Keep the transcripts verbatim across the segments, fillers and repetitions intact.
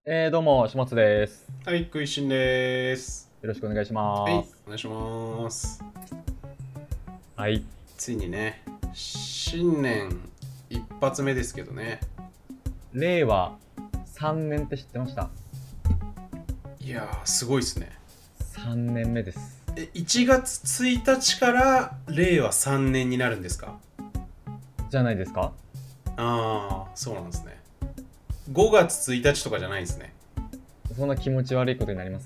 えー、どうも、しもつです。 はい、食いしんです。 よろしくお願いします。 はい、お願いします。 はい。 ついにね、新年一発目ですけどね。 令和さんねんって知ってました？ いやー、すごいっすね。 さんねんめです。 え、いちがつついたちから令和さんねんになるんですか？ じゃないですか？ あー、そうなんですね。ごがつついたちとかじゃないんですね。 そんな気持ち悪いことになります。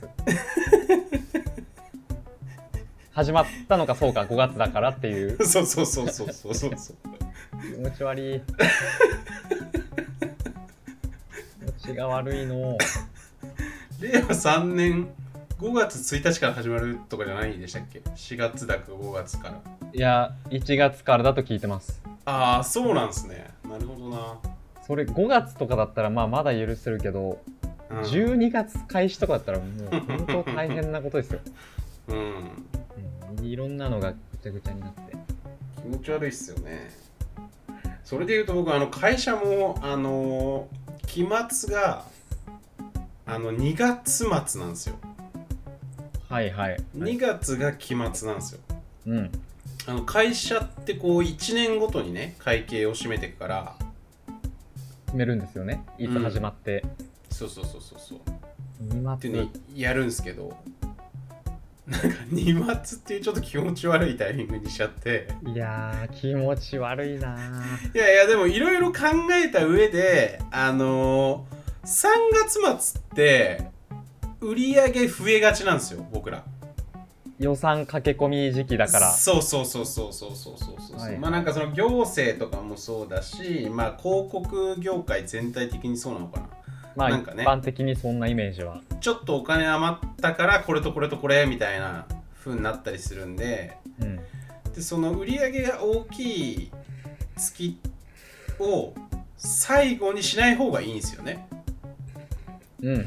始まったのかそうかごがつだからっていう。 そうそうそうそうそうそうそう。 気持ち悪い。気持ちが悪いの。 令和さんねんごがつついたちから始まるとかじゃないでしたっけ？しがつだかごがつから。 いや、いちがつからだと聞いてます。 あー、そうなんですね。なるほどな。 それごがつとかだったらまあまだ許せるけど、うん、じゅうにがつ開始とかだったらもう本当大変なことですよ。 うん、 うん、いろんなのがぐちゃぐちゃになって気持ち悪いっすよね。それでいうと僕あの会社もあの期末があのにがつ末なんですよ。 はいはい、はい、 にがつが期末なんですよ。 うん。 あの会社ってこういちねんごとにね会計を占めていくから決めるんですよね、いつ始まって、うん、 そうそうそうそうそうにっていうのやるんですけど、なんかにがつっていうちょっと気持ち悪いタイミングにしちゃって。 いやー気持ち悪いな。 いやいやでもいろいろ考えた上であのー、さんがつ末って売り上げ増えがちなんですよ僕ら。 予算駆け込み時期だから。 そうそうそうそうそうそうそうそう、はい、まあなんかその行政とかもそうだし、まあ広告業界全体的にそうなのかな。 まあなんかね、 一般的にそんなイメージは。 ちょっとお金余ったからこれとこれとこれみたいな風になったりするんで、うん、でその売り上げが大きい月を最後にしない方がいいんですよね。 うんうんうん、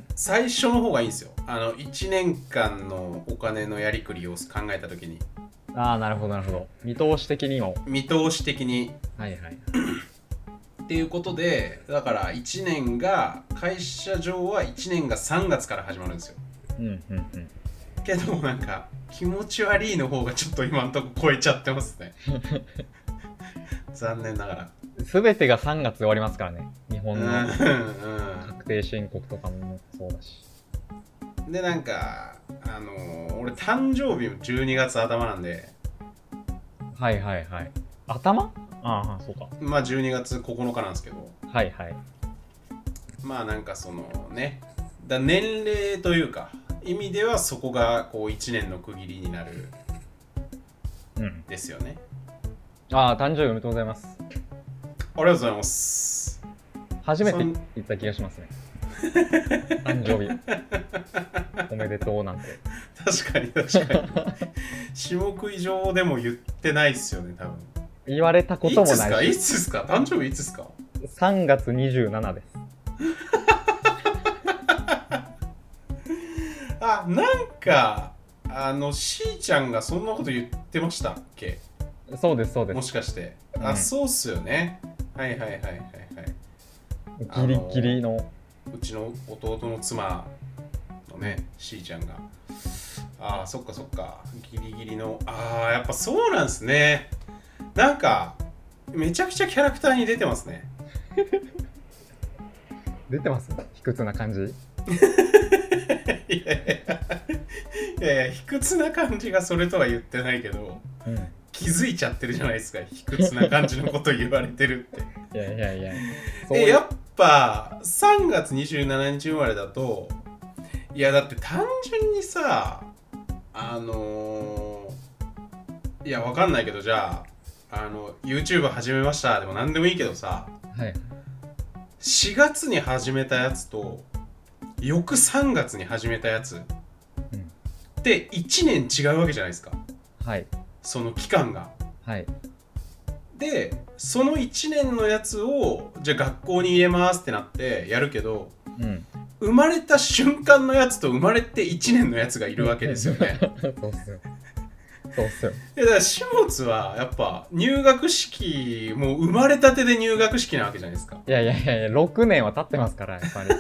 最初の方がいいんですよ。あのいちねんかんのお金のやりくりを考えたときに。 ああなるほどなるほど。見通し的にも。 見通し的に。 はいはい。 っていうことで、だからいちねんが会社上はいちねんがさんがつから始まるんですよ。 うんうんうん。 けどなんか気持ち悪いの方がちょっと今のとこ超えちゃってますね。残念ながら。 全てがさんがつで終わりますからね。日本の確定申告とかもそうだし。 でなんかあのー、俺誕生日もじゅうにがつあたまなんで。 はいはいはい。頭？ああそうか。 まあじゅうにがつここのかなんですけど。 はいはい。 まあなんかそのね、だ年齢というか意味ではそこがこういちねんの区切りになる。うんですよね。 ああ誕生日おめでとうございます。 ありがとうございます。 初めて言った気がしますね。誕生日おめでとうなんて。 確かに確かに。下食い上でも言ってないっすよね多分。 言われたこともないし。 いつですか？いつですか？誕生日いつですか？ さんがつにじゅうしちです。 あ、なんかあのしーちゃんがそんなこと言ってましたっけ？ そうですそうです。 もしかして、うん、あ、そうっすよね。はいはいはいはいはい。ギリギリのうちの弟の妻のね、しーちゃんが。ああ、そっかそっか。ギリギリの。ああ、やっぱそうなんですね。なんかめちゃくちゃキャラクターに出てますね。 出てます？卑屈な感じ。 いやいやいやいや、卑屈な感じがそれとは言ってないけど、うん、気づいちゃってるじゃないですか。卑屈な感じのこと言われてるって。 いやいやいや。 え、やっぱさんがつにじゅうしちにち生まれだと、いやだって単純にさ、あのー、いやわかんないけど、じゃああの YouTube 始めましたでも何でもいいけどさ、はい、しがつに始めたやつと翌さんがつに始めたやつ、うん、っていちねん違うわけじゃないですか。 はい。 その期間が。 はい。 でそのいちねんのやつをじゃあ学校に入れますってなってやるけど、うん、生まれた瞬間のやつと生まれていちねんのやつがいるわけですよね。 そうっすよ。 そうっすよ。 いやだから始末はやっぱ入学式もう生まれたてで入学式なわけじゃないですか。 いやいやいやいや、ろくねんは経ってますから、やっぱり。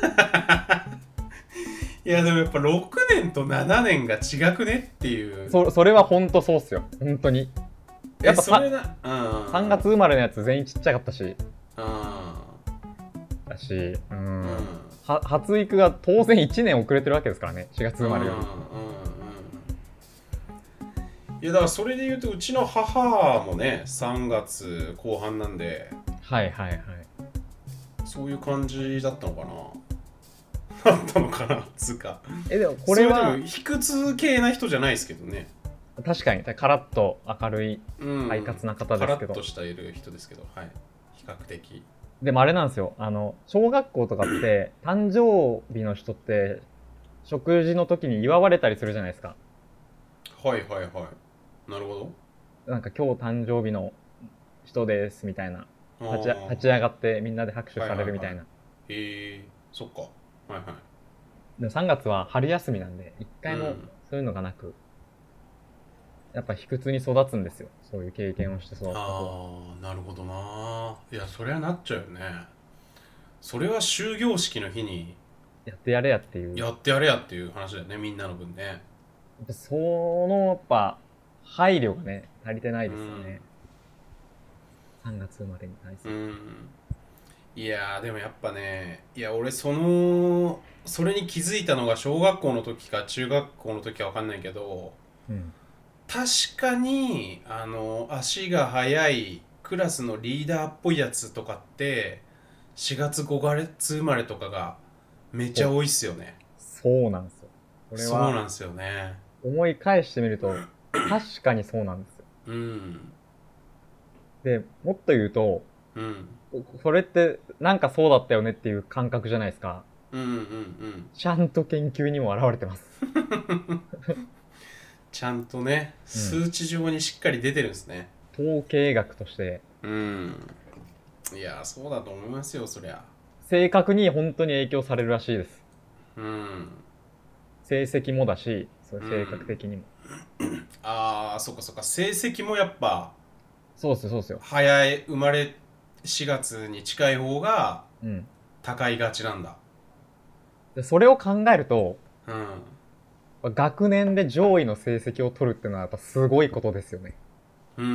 いやでもやっぱろくねんとななねんが違くねっていう。 そそれはほんとそうっすよ、ほんとに。やっぱそれな、うん、 さんがつ生まれのやつ全員ちっちゃかったし、 うんだし、うん、 うん、 は発育が当然いちねん遅れてるわけですからね、しがつ生まれより。 うんうんうん、いやだからそれで言うとうちの母もねさんがつこう半なんで、 はいはいはい。 そういう感じだったのかなだったのかなつうか。 え、でもこれはそれでも卑屈系な人じゃないですけどね。 確かにカラッと明るいうん、 快活な方ですけど、 カラッとしている人ですけど、はい、比較的。 でもあれなんですよ、あの小学校とかって誕生日の人って食事の時に祝われたりするじゃないですか。 はいはいはい、なるほど。 なんか今日誕生日の人ですみたいな、立ちあー立ち上がってみんなで拍手されるみたいな。 はいはいはい、へえ、そっか。はいはい。 でもさんがつは春休みなんで一回もうんそういうのがなく、やっぱ卑屈に育つんですよ、そういう経験をして育った子は。 ああ、なるほどな。いやそれはなっちゃうよね。それは終業式の日にやってやれやっていう、ややってやれやっていう話だよね、みんなの分ね。 っぱそのやっぱ配慮がね足りてないですよね、さんがつ生まれに対する。 うん、いやーでもやっぱね、いや俺そのそれに気づいたのが小学校の時か中学校の時か分かんないけど、 うん、 確かにあの足が速いクラスのリーダーっぽいやつとかってしがつごがつ生まれとかがめっちゃ多いっすよね。 そうなんですよ。これそうなんはですよね。 思い返してみると確かにそうなんですよ。 うんでもっと言うと、 うんそれってなんかそうだったよねっていう感覚じゃないですか。 うんうんうん、 ちゃんと研究にも表れてます。 ちゃんとね数値上にしっかり出てるんですね。 統計学としてうん、いやそうだと思いますよそりゃ。 正確に本当に影響されるらしいです。 うん成績もだし、それ性格的にも、 うん、ああそっかそっか、成績もやっぱそうっすよそうっすよ。 早い生まれしがつに近い方がうん。 高いがちなんだ。 でそれを考えると、 うん、 学年で上位の成績を取るっていうのはやっぱすごいことですよね。 うん、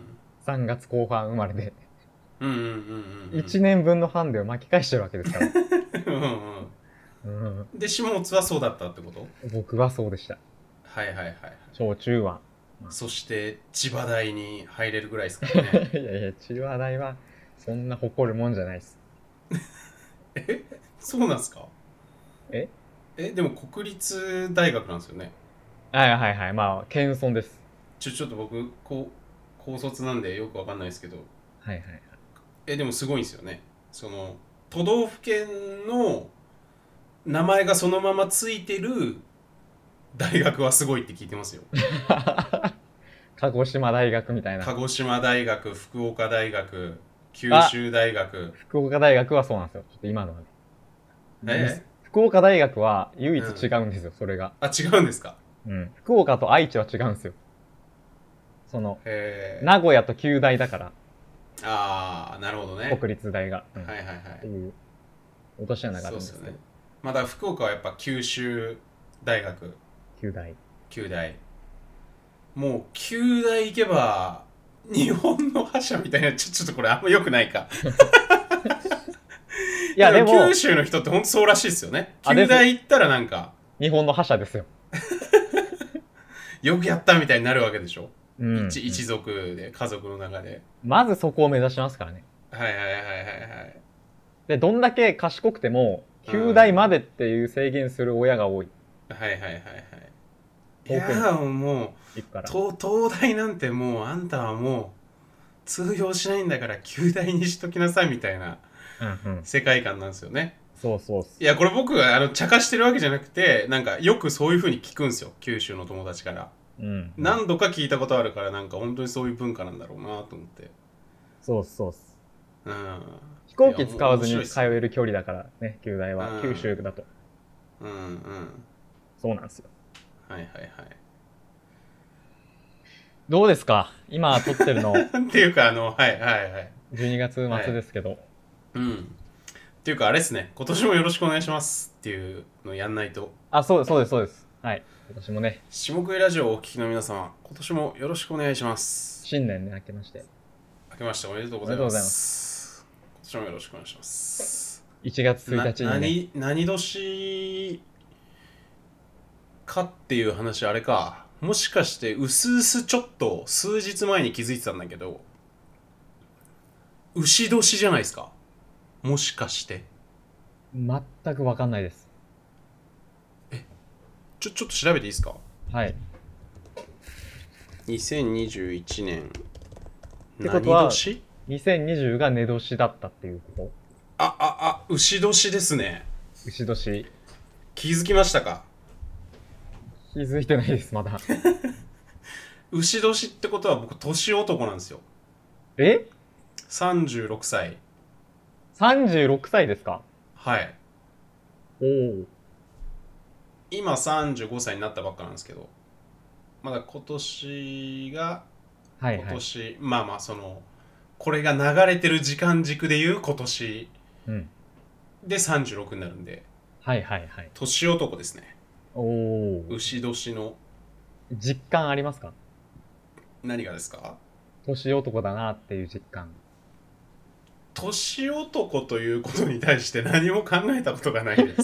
さんがつこう半生まれでうんうんうんうん、 いちねんぶんのハンデを巻き返してるわけですから。 うんうん、 うん、で始末はそうだったってこと。 僕はそうでした。 はいはいはいはい。 小中は。 そして千葉大に入れるぐらいですからね。 いやいや、千葉大はそんな誇るもんじゃないです。 えそうなんすか。 ええでも国立大学なんですよね。 はいはいはい、まあ謙遜です。 ちょちょっと僕こう高卒なんでよくわかんないですけど、 はいはいはい。 えでもすごいんですよね。その都道府県の名前がそのままついてる大学はすごいって聞いてますよ。 鹿児島大学みたいな。 鹿児島大学、福岡大学、九州大学。 福岡大学はそうなんですよ。ちょっと今のはね。 え福岡大学は唯一違うんですよ、うん、それが。 あ、違うんですか。 うん。福岡と愛知は違うんですよ。その、 へー、 名古屋と九大だから。 ああ、なるほどね。 国立大が。 うん、はいはいはい。 っていう落とし穴があるんですけど。そうですね。 まだ福岡はやっぱ九州大学。 九大。 九大。もう九大行けば日本の覇者みたいな、ちょちょっとこれあんま良くないか。いやでも九州の人って本当そうらしいですよね。九大行ったらなんか日本の覇者ですよ。 よくやったみたいになるわけでしょ。うん、一, 一族で家族の中でまずそこを目指しますからね。 はいはいはいはいはい。 でどんだけ賢くても九大までっていう制限する親が多い。 はいはいはいはい。いやーもう東, 東大なんてもうあんたはもう通用しないんだから九大にしときなさいみたいな世界観なんですよね。 うんうん、そうそう。 いやこれ僕があの茶化してるわけじゃなくて、なんかよくそういう風に聞くんですよ、九州の友達から。うんうん、何度か聞いたことあるから、なんか本当にそういう文化なんだろうなと思って。 そうそうっす、 うん、 飛行機使わずに通える距離だからね、九大は、うん、九州だと。 うんうん、 そうなんですよ。 はいはいはい。 どうですか今撮ってるのっていうか、あの、はいはいはい。 じゅうにがつ末ですけど、はい、 うん。っていうか、あれですね、今年もよろしくお願いしますっていうのをやんないと。 あ、そうそうです、そうです。はい。今年もね。 下食いラジオをお聞きの皆様、今年もよろしくお願いします。 新年ね、明けまして。 明けましておめでとうございます。今年もよろしくお願いします。 いちがつついたちに、ね、 何、何年かっていう話、あれか。もしかして、うすうすちょっと数日前に気づいてたんだけど、牛年じゃないですか。もしかして。 全く分かんないです。 え、ちょ、ちょっと調べていいですか？ はい。 にせんにじゅういちねん。 ってことは、にせんにじゅうが寝年だったっていうこと？ あ、あ、あ、牛年ですね。 牛年。 気づきましたか？ 気づいてないです、まだ。 牛年ってことは僕、年男なんですよ。 え ? さんじゅうろくさい。 さんじゅうろくさいですか？ はい。 おお。 今さんじゅうごさいになったばっかなんですけど、まだ今年が、 はいはい、 今年、まあまあその、これが流れてる時間軸でいう今年でさんじゅうろくになるんで、 はいはいはい。 年男ですね。 おお。 牛年の。 実感ありますか？ 何がですか？ 年男だなっていう実感。 年男ということに対して何も考えたことがないです。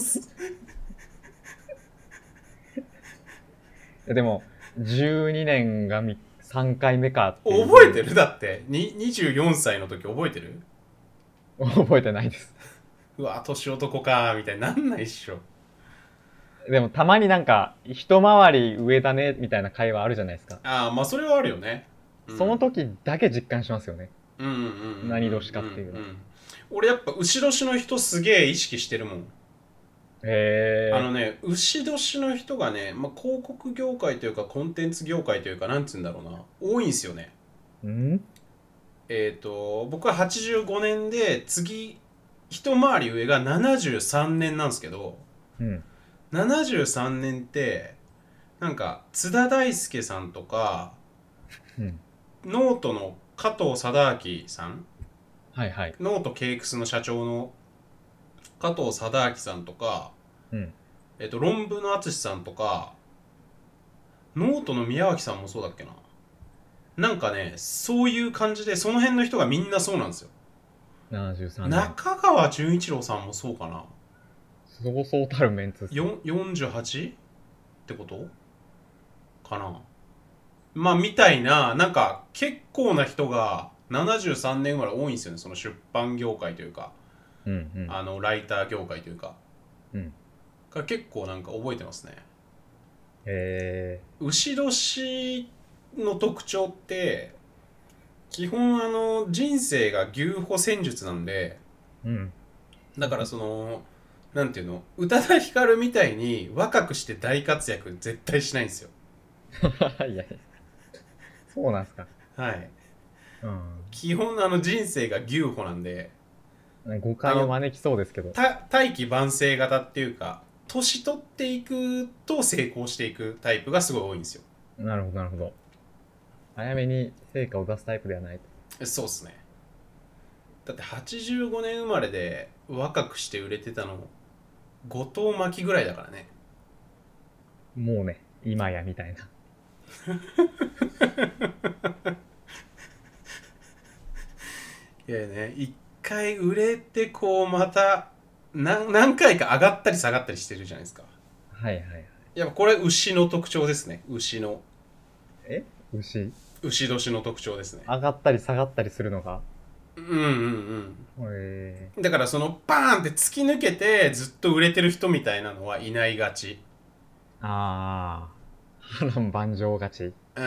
でもじゅうにねんがさんかいめかって覚えてる？だってににじゅうよんさいの時覚えてる？ 覚えてないです。 うわ年男かーみたいになんないっしょ。 でもたまになんか一回り上だねみたいな会話あるじゃないですか。 ああ、まあそれはあるよね、 うん、その時だけ実感しますよね。 うんうんうん、うん、 何年かっていうの、うんうん、 俺やっぱ牛年の人すげえ意識してるもん。 へー。 あのね、牛年の人がね、まあ、広告業界というかコンテンツ業界というかなんつうんだろうな、多いんですよね。 んえっ、ー、と僕ははちじゅうごねんで次一回り上がななじゅうさんねんなんですけど、 うん、 ななじゅうさんねんってなんか津田大介さんとか、うん、ノートの加藤貞明さん、 はいはい、 ノートケイクスの社長の加藤貞明さんとか、 うん、 えっと論文の淳さんとか、ノートの宮脇さんもそうだっけな。なんかね、そういう感じでその辺の人がみんなそうなんですよ。 ななじゅうさんねん。 中川純一郎さんもそうかな。 そうそうたるメンツっすね。 よんじゅうはちってことかな。まあみたいな、なんか結構な人がななじゅうさんねんぐらい多いんですよね。その出版業界というか、うんうん、あのライター業界というか、うん、が結構なんか覚えてますね。 へー。牛年の特徴って基本あの人生が牛歩戦術なんで、うん、だからそのなんていうの、宇多田ヒカルみたいに若くして大活躍絶対しないんですよ。 いやそうなんすか。 はい、うん、基本あの人生が牛歩なんで誤解を招きそうですけど、 大器晩成型っていうか年取っていくと成功していくタイプがすごい多いんですよ。 なるほどなるほど。早めに成果を出すタイプではないと。そうっすね。だってはちじゅうごねん生まれで若くして売れてたの後藤真希ぐらいだからね。 もうね、今やみたいな。 いやね、一回売れてこうまた 何, 何回か上がったり下がったりしてるじゃないですか。 はいはいはい。 やっぱこれ牛の特徴ですね。牛の。 え？牛？ 牛年の特徴ですね。 上がったり下がったりするのが。 うんうんうん。へー。だからそのバーンって突き抜けてずっと売れてる人みたいなのはいないがち。 ああ、波乱万丈がち。うん。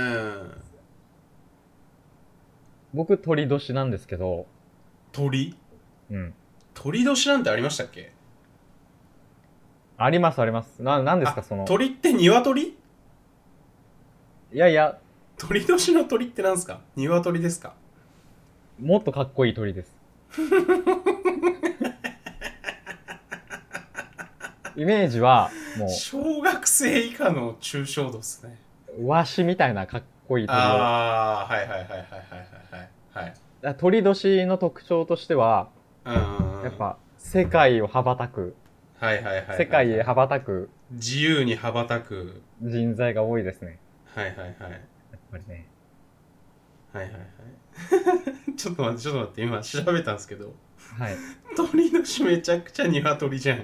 僕鳥年なんですけど。 鳥？ うん。 鳥年なんてありましたっけ？ ありますあります。な、なんですかその。 鳥って鶏？ いやいや。 鳥年の鳥ってなんですか？鶏ですか？ もっとかっこいい鳥です。イメージはもう小学生以下の抽象度ですね。 わしみたいな格こいい鳥を。 ああ、はいはいはいはいはいはいはいだ鳥年の特徴としては、 うんうんうんやっぱ世界を羽ばたく、 はいはいはいはいはい世界へ羽ばたく自由に羽ばたく人材が多いですね。 はいはいはいやっぱりね。 はいはいはいちょっと待ってちょっと待って今調べたんですけどはい。 鳥年めちゃくちゃ鶏じゃん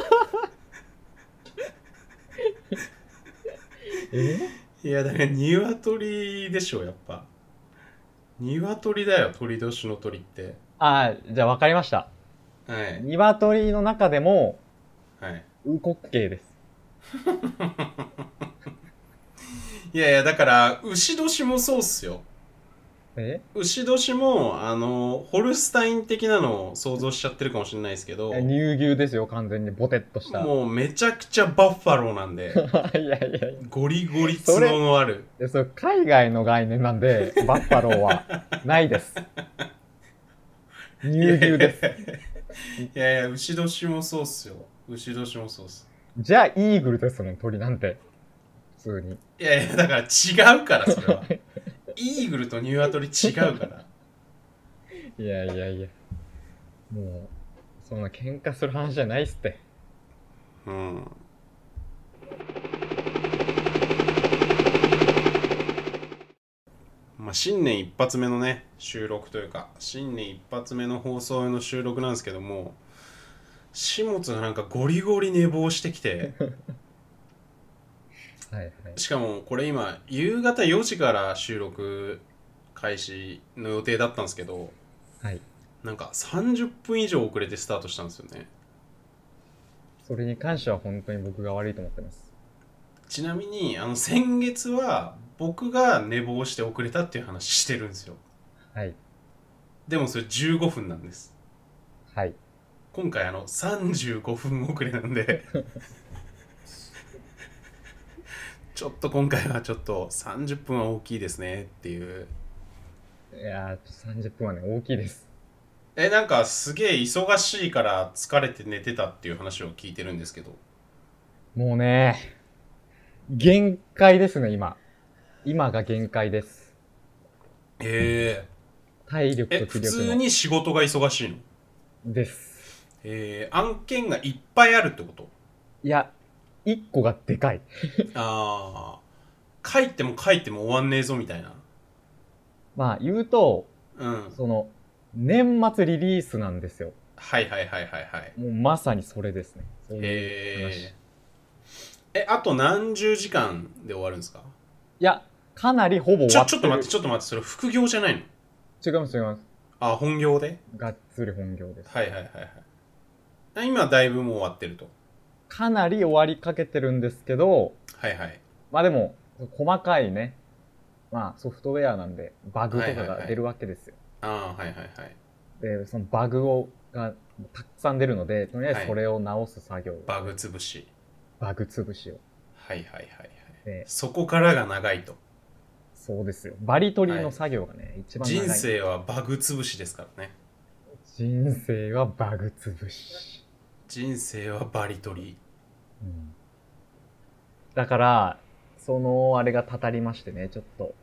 えいやだから鶏でしょやっぱ鶏だよ鳥年の鳥ってああ、じゃあ分かりました。 はい鶏の中でも、 はいウコッケイです。 いやいやだから牛年もそうっすよえ牛年もあのホルスタイン的なのを想像しちゃってるかもしれないですけど乳牛ですよ、完全にボテッとした。 もうめちゃくちゃバッファローなんでいやいやいや。 ゴリゴリ角のあるそれ海外の概念なんで、バッファローはないです。乳牛です。 いやいや牛年もそうっすよ牛年もそうっすじゃあイーグルですもん、鳥なんて。普通に。 いやいやだから違うからそれはイーグルと鶏違うからいやいやいや。もう、そんな喧嘩する話じゃないっすって。 うんまあ新年一発目のね収録というか新年一発目の放送の収録なんですけども始末がなんかゴリゴリ寝坊してきてはいはい。 しかもこれ今夕方よじから収録開始の予定だったんですけどはい。 なんかさんじゅっぷん以上遅れてスタートしたんですよね。 それに関しては本当に僕が悪いと思ってます。 ちなみにあの先月は僕が寝坊して遅れたっていう話してるんですよ。 はい。 でもそれじゅうごふんなんです。 はい。 今回あのさんじゅうごふん遅れなんでちょっと今回はちょっとさんじゅっぷんは大きいですねっていう。 いやー、さんじゅっぷんはね、大きいです。 えなんかすげえ忙しいから疲れて寝てたっていう話を聞いてるんですけど。 もうね、限界ですね、今。今が限界です。 え体力ー、え普と気力の。 通に仕事が忙しいの？ です。 えー、案件がいっぱいあるってこと？ いや、一個がでかい。 ああ書いても書いても終わんねえぞみたいな。 まあ、言うと、 うんその、年末リリースなんですよ。 はいはいはいはいはいもうまさにそれですね。そういうへええあと何十時間で終わるんですか？ いや、かなりほぼ終ちょわってる。 ちょっと待ってちょっと待ってそれ副業じゃないの？ 違います違います。 あ本業でがっつり本業です。 はいはいはいはい今だいぶもう終わってると。 かなり終わりかけてるんですけど、 はいはいまあでも、細かいね、まあソフトウェアなんで、バグとかが出るわけですよ。 ああはいはいはいで、そのバグをがたくさん出るので、とりあえずそれを直す作業、 バグ潰しバグ潰しを。 はいはいはいはいで、 そこからが長いと。 そうですよ。バリ取りの作業がね、一番長い。 人生はバグ潰しですからね。 人生はバグ潰し。 人生はバリ取り。 うん、だから、そのあれがたたりましてね、ちょっと、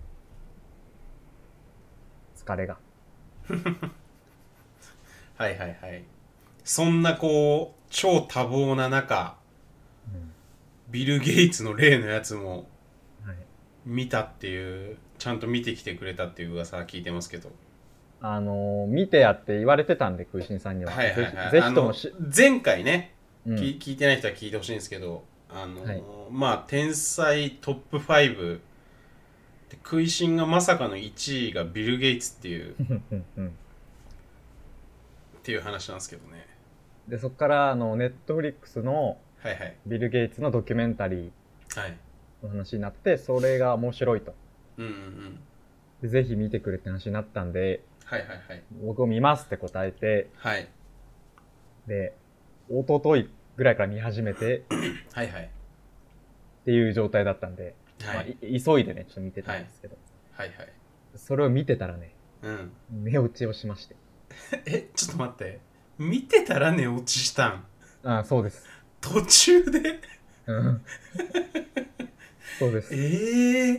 疲れが。 はいはいはい。そんなこう超多忙な中、うん、ビル・ゲイツの例のやつも見たっていう、ちゃんと見てきてくれたっていう噂は聞いてますけど。 あのー、見てやって言われてたんで、空心さんには。 はいはいはい。 ぜひともし前回ね、 うん、 聞いてない人は聞いてほしいんですけど、あのーはい、まあ天才トップファイブで食いしんがまさかのいちいがビル・ゲイツっていうっていう話なんですけどね。 でそこからあのネットフリックスのビル・ゲイツのドキュメンタリーの話になって、それが面白いと、 うんうんうん、 でぜひ見てくれって話になったんで、 はいはいはい、 僕も見ますって答えて、 はい、 で一昨日ぐらいから見始めてはいはいっていう状態だったんで、 はい、 まあ、急いでねちょっと見てたんですけど、 はいはいはい、 それを見てたらね、 うん、 寝落ちをしましてえちょっと待って、見てたら寝落ちしたん？ ああそうです。 途中でうんそうです。 えー、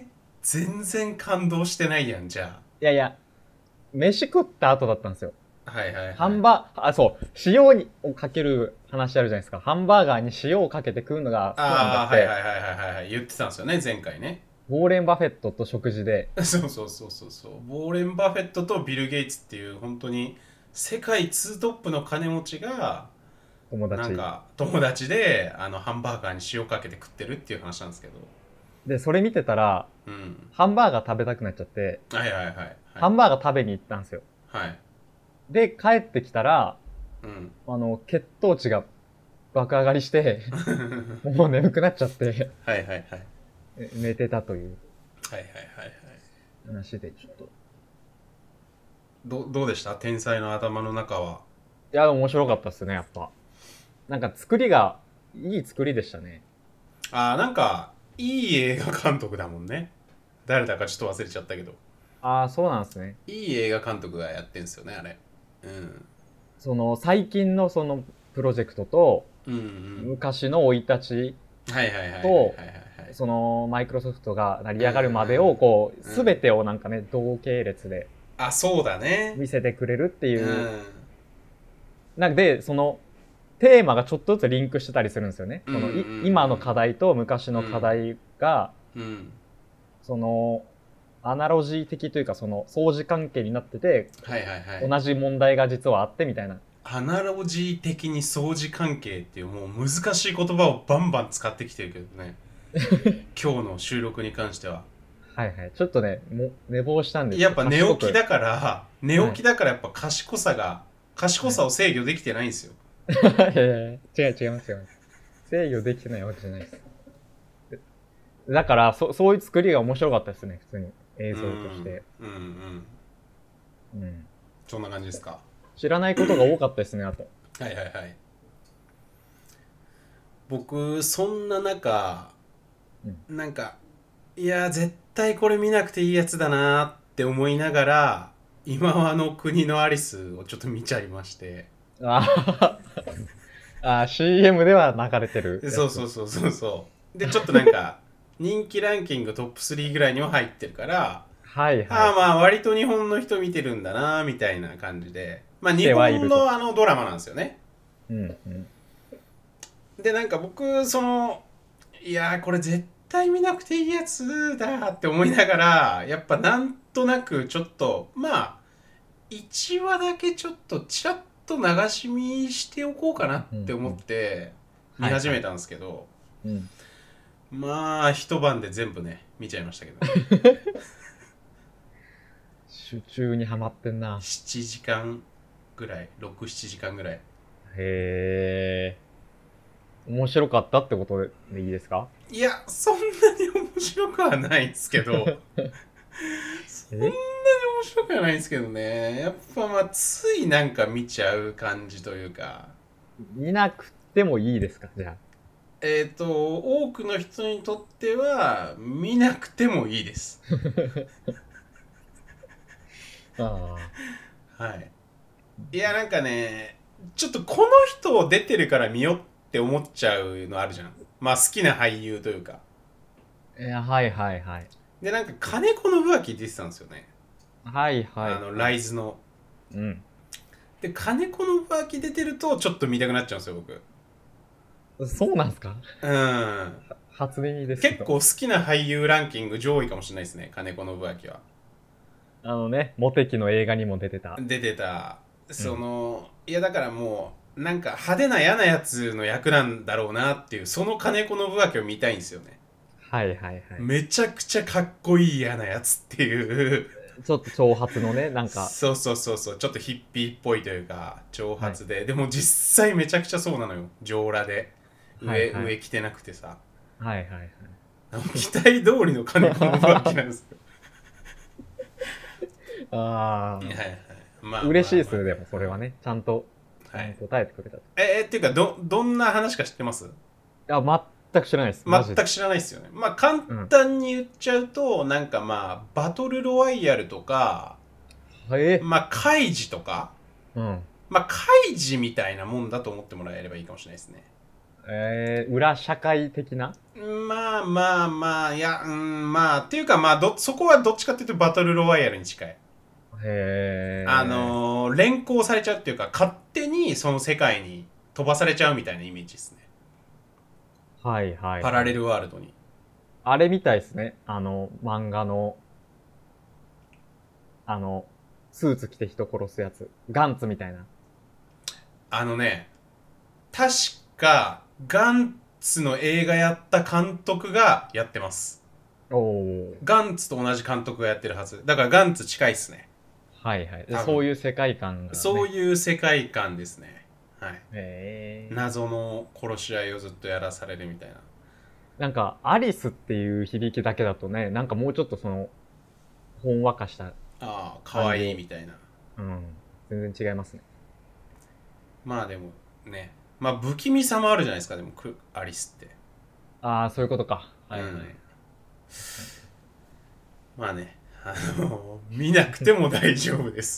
全然感動してないやん、じゃいやいや、飯食った後だったんですよ。 あ。はいはいはい。 ハンバー、あ、そう、塩にをかける話あるじゃないですか。ハンバーガーに塩をかけて食うのが好きなんだああ、 って、 はいはいはいはいはい。言ってたんですよね、前回ね。 ウォーレン・バフェットと食事で、 そうそうそうそうそう。ウォーレン・バフェットとビル・ゲイツっていう本当に世界ツートップの金持ちが友達。 なんか友達であのハンバーガーに塩かけて食ってるっていう話なんですけど。 で、それ見てたら、 うん。 ハンバーガー食べたくなっちゃって、 はいはいはい、はい。 ハンバーガー食べに行ったんですよ。 はい。 で、帰ってきたら、 うん。 あの、血糖値が爆上がりして、もう眠くなっちゃって、 はいはいはい。 寝てたというはいはいはいはい。 話で、ちょっと。 どどうでした？天才の頭の中は。 いや、面白かったっすね、やっぱ。なんか作りが、いい作りでしたね。 ああ、なんかいい映画監督だもんね。誰だかちょっと忘れちゃったけど。 ああ、そうなんですね。 いい映画監督がやってんすよね、あれ。うん。 その、最近のその、プロジェクトと、 うんうん。 昔の生い立ちはいはいはいはいはいと、 はいはい。 その、マイクロソフトが成り上がるまでを、こう、 うんすべてをなんかね、同系列であ、そうだね。 見せてくれるっていうう。 ん。 なんで、その、テーマがちょっとずつリンクしてたりするんですよね。その、いうんうんうん今の課題と昔の課題が、 うん。 その、アナロジー的というか、その、相似関係になってて、 はいはいはい。 同じ問題が実はあってみたいな。 アナロジー的に相似関係っていうもう難しい言葉をバンバン使ってきてるけどね。今日の収録に関しては。 はいはい。ちょっとね、も寝坊したんですやっぱ寝起きだかから寝起きだからやっぱ賢さが賢さを制御できてないんですよ。 ら。いやいやいや違う違いますよ。制御できてないわけじゃないです。だから、そ、そういう作りが面白かったですね、普通に。映像として。 うんうんうんうん。 そんな感じですか。 知らないことが多かったですね、あと。 はいはいはい。僕そんな中、 うん、 なんかいや絶対これ見なくていいやつだなって思いながら今はあの国のアリスをちょっと見ちゃいまして。 ああ、シーエム では流れてる。 そうそうそうそうそうでちょっとなんか人気ランキングトップスリーぐらいにも入ってるから、 はいはい。 ああまあ割と日本の人見てるんだなみたいな感じで、まあ日本のあのドラマなんですよね。 うんうん。 でなんか僕そのいやーこれ絶対見なくていいやつだって思いながらやっぱなんとなくちょっとまあいちわだけちょっとちらっと流し見しておこうかなって思って見始めたんですけど、 うん、 まあ一晩で全部ね見ちゃいましたけど集中にはまってんな。 ななじかんぐらいろく、ななじかんぐらい。 へえ。面白かったってことでいいですか？ いやそんなに面白くはないんですけどそんなに面白くはないんですけどね。やっぱまあついなんか見ちゃう感じというか。 見なくてもいいですか、じゃあ。 えっと多くの人にとっては見なくてもいいですああはいいやなんかねちょっとこの人出てるから見よって思っちゃうのあるじゃん。まあ好きな俳優というか。 いや、はいはいはい。 でなんか金子信明出てたんですよね。 はいはい。 あのライズの。 うん。 で金子信明出てるとちょっと見たくなっちゃうんですよ僕。 そうなんすか？ うん初耳ですけど。 結構好きな俳優ランキング上位かもしれないですね、金子信明は。 あのね、モテキの映画にも出てた。 出てたその、うん、いやだからもうなんか派手な嫌なやつの役なんだろうなっていうその金子信明を見たいんですよね。 はいはいはい。 めちゃくちゃかっこいい嫌なやつっていうちょっと長髪のね、なんかそうそうそうそうちょっとヒッピーっぽいというか長髪で、はい、でも実際めちゃくちゃそうなのよ。上裸で上、はいはい、上着てなくてさ、 はいはいはい、 期待通りの金子信明なんですよああ、 はいはい、 まあ、嬉しいですよ、でもそれはね、ちゃんと答えてくれた。 えー、っていうかどどんな話か知ってます？ あ、全く知らないです。 全く知らないですよね。まあ簡単に言っちゃうと、うん、なんかまあバトルロワイヤルとか、 えー、 まあカイジとか、 うん、 まあカイジみたいなもんだと思ってもらえればいいかもしれないですね。 えー、裏社会的な？ ままあまあまあいやうんまあっていうかまあどそこはどっちかっていうとバトルロワイヤルに近い。 へー。 あのー、連行されちゃうっていうか勝手にその世界に飛ばされちゃうみたいなイメージですね。 はいはい、はい。 パラレルワールドに。 あれみたいですね。あの、漫画の、あの、スーツ着て人殺すやつ。ガンツみたいな。 あのね、確かガンツの映画やった監督がやってます。 おお。 ガンツと同じ監督がやってるはず。だからガンツ近いっすね。 はいはい。そういう世界観が、ね。 そういう世界観ですね。はい。 へー。 謎の殺し合いをずっとやらされるみたいな。 なんか、アリスっていう響きだけだとね、なんかもうちょっとその、ほんわかした。 ああ、かわいいみたいな。 うん。全然違いますね。 まあでもね。まあ不気味さもあるじゃないですか、でもアリスって。 ああ、そういうことか。はいはい。 うん、まあね、あの見なくても大丈夫です。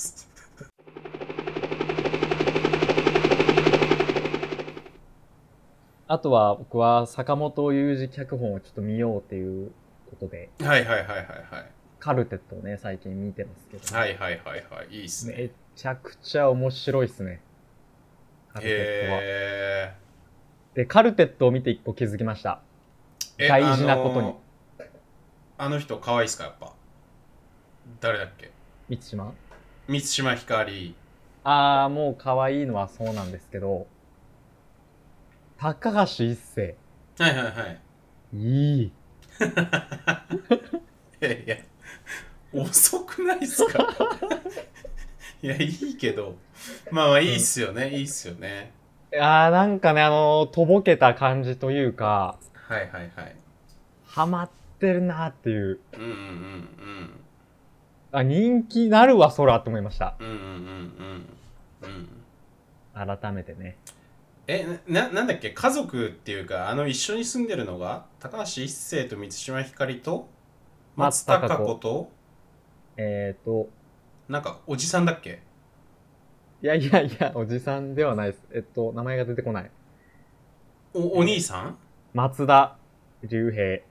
あとは僕は坂本雄二脚本をちょっと見ようっていうことで、 はいはいはいはいはい。 カルテットをね、最近見てますけど、ね。 はいはいはいはい。いいっすね。 めちゃくちゃ面白いっすね。カルテットは。 へー。で、カルテットを見て一個気づきました。大事なことに。 あの、あの人可愛いっすかやっぱ。誰だっけ？ 満島満島ひかり。 あー、もう可愛いのはそうなんですけど、高橋一生。 はいはいはい。 いい。 いやいや、遅くないっすか？いや、いいけど。まあまあいいっすよね、うん、いいっすよね。 いやーなんかね、あのー、とぼけた感じというか、 はいはいはい。 ハマってるなーっていう。 うんうんうんうん。 あ、人気なるわ、そらって思いました。 うんうんうんうん。うん。 改めてね。 え、な、なんだっけ家族っていうか、あの一緒に住んでるのが高橋一生と満島ひかりと松たか子とえーと、 なんかおじさんだっけ？ いやいやいや、おじさんではないです。えっと、名前が出てこない。 お、お兄さん？ 松田龍平。え？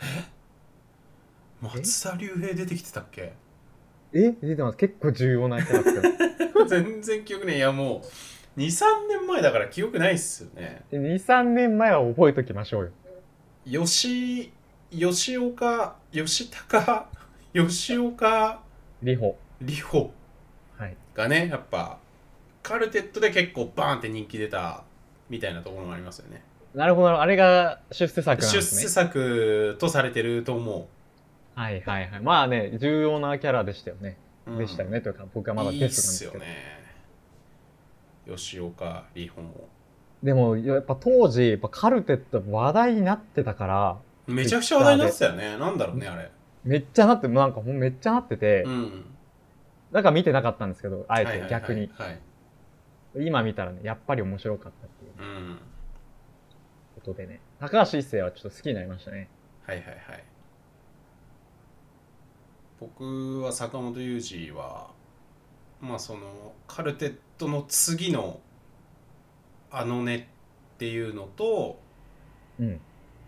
松田龍平出てきてたっけ？ え出てます。結構重要なキャラクター。 全然記憶ねえ。いやもう、に、さんねんまえだから記憶ないっすよね。 に、さんねんまえは覚えときましょうよ。吉、吉岡、吉高、吉岡里帆。 里帆がね、やっぱ、カルテットで結構バーンって人気出たみたいなところもありますよね。 なるほど。あれが出世作なんですね。 出世作とされてると思う。 はいはいはい。まあね、重要なキャラでしたよね。 うん、 でしたよね。というか、僕はまだテストなんですけど。いいっすよね。吉岡里帆も。 でも、やっぱ当時、やっぱカルテット話題になってたから、 めちゃくちゃ話題になってたよね。なんだろうね、あれ。 めっちゃなって、なんかもうめっちゃなってて、 うん。 だから見てなかったんですけど、あえて逆に。 はいはいはいはい、今見たらね、やっぱり面白かったっていう。 うん。 ことでね。高橋一生はちょっと好きになりましたね。 はいはいはい。僕は坂本雄二は、まあその、カルテットの次の、あのねっていうのと、 うん。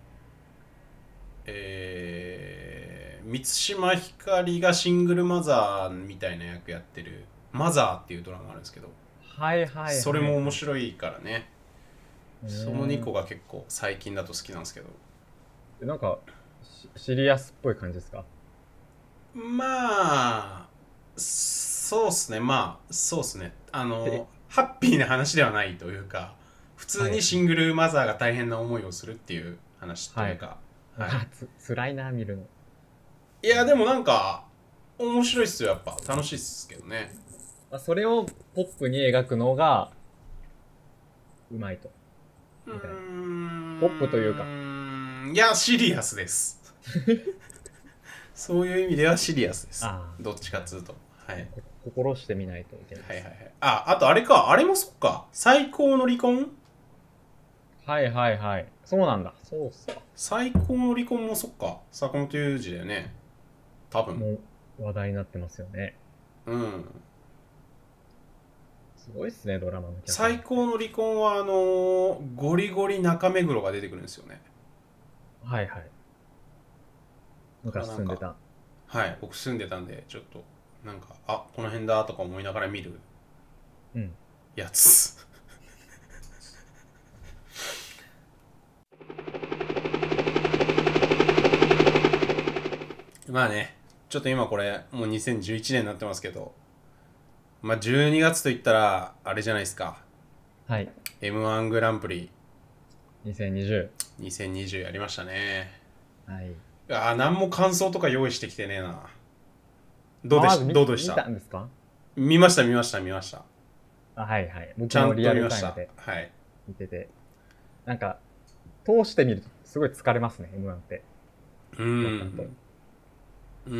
えー、満島ひかりがシングルマザーみたいな役やってるマザーっていうドラマがあるんですけど、 はいはいはい、はい、 それも面白いからね。そのにこが結構最近だと好きなんですけど。 なんかシリアスっぽい感じですか？ まあそうっすね。まあそうっすね。あのハッピーな話ではないというか、普通にシングルマザーが大変な思いをするっていう話というか、はいはい、あつ辛いな見るの。 いやでもなんか面白いっすよ。やっぱ楽しいっすけどね。 それをポップに描くのがうまいと。みたいな。ポップというか。 いやシリアスです。そういう意味ではシリアスです。 あどっちかっつうと。はい。 心してみないといけない。 はいはいはい。あ、あとあれか。あれもそっか。最高の離婚？ はいはいはい。そうなんだ。そうっすか。 最高の離婚もそっか。坂本雄二だよね。多分。 もう話題になってますよね。 うん。 すごいっすね、ドラマのキャラ。 最高の離婚はあのー、ゴリゴリ中目黒が出てくるんですよね。 はいはい。 昔住んでた。 はい、僕住んでたんで、ちょっとなんかあこの辺だとか思いながら見るやつ、うん、まあね、ちょっと今これもうにせんじゅういちねんになってますけど、まあじゅうにがつといったらあれじゃないですか。 はい。 エムワン グランプリにせんにじゅう。にせんにじゅうやりましたね。 はい。 ああ、何も感想とか用意してきてねえな。どうでし、 まあ、 どうでした？ 見たんですか？ 見ました見ました見ました。 あ、はいはい。僕ちゃんともリア見ました。 ルタイムではい。 見てて。なんか、通してみるとすごい疲れますね、エムワン って。 うん。うん。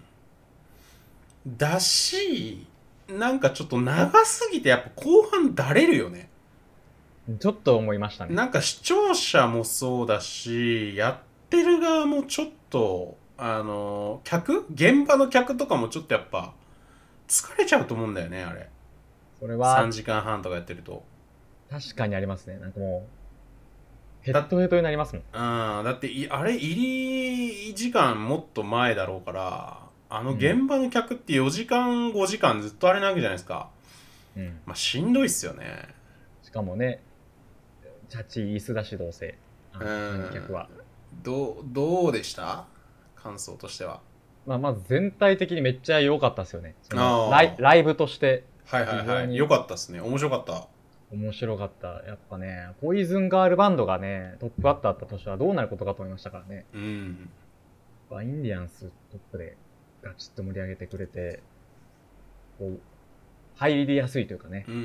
だし、なんかちょっと長すぎてやっぱ後半だれるよね。 ちょっと思いましたね。 なんか視聴者もそうだし、やってる側もちょっと、あの、客現場の客とかもちょっとやっぱ疲れちゃうと思うんだよね、あれ。 それはさんじかんはんとかやってると。 確かにありますね。なんかもう、ヘッドヘッドになりますもん。 うん、だっていあれ入り時間もっと前だろうから、あの現場の客ってよじかんごじかんずっとあれなわけじゃないですか。 うん。 まあしんどいっすよね。 しかもね、チャチ椅子だしどうせ、あの観客は。 どう、どうでした感想としては。 まあ、まず全体的にめっちゃ良かったですよね。そのあーライライブとしてはいはいはい。 非常によかったっすね。面白かった。 面白かった。やっぱね、ポイズンガールバンドがね、トップバッターだった年はどうなることかと思いましたからね。 うん。 インディアンストップでガチッと盛り上げてくれて、こう、入りやすいというかね、 うん。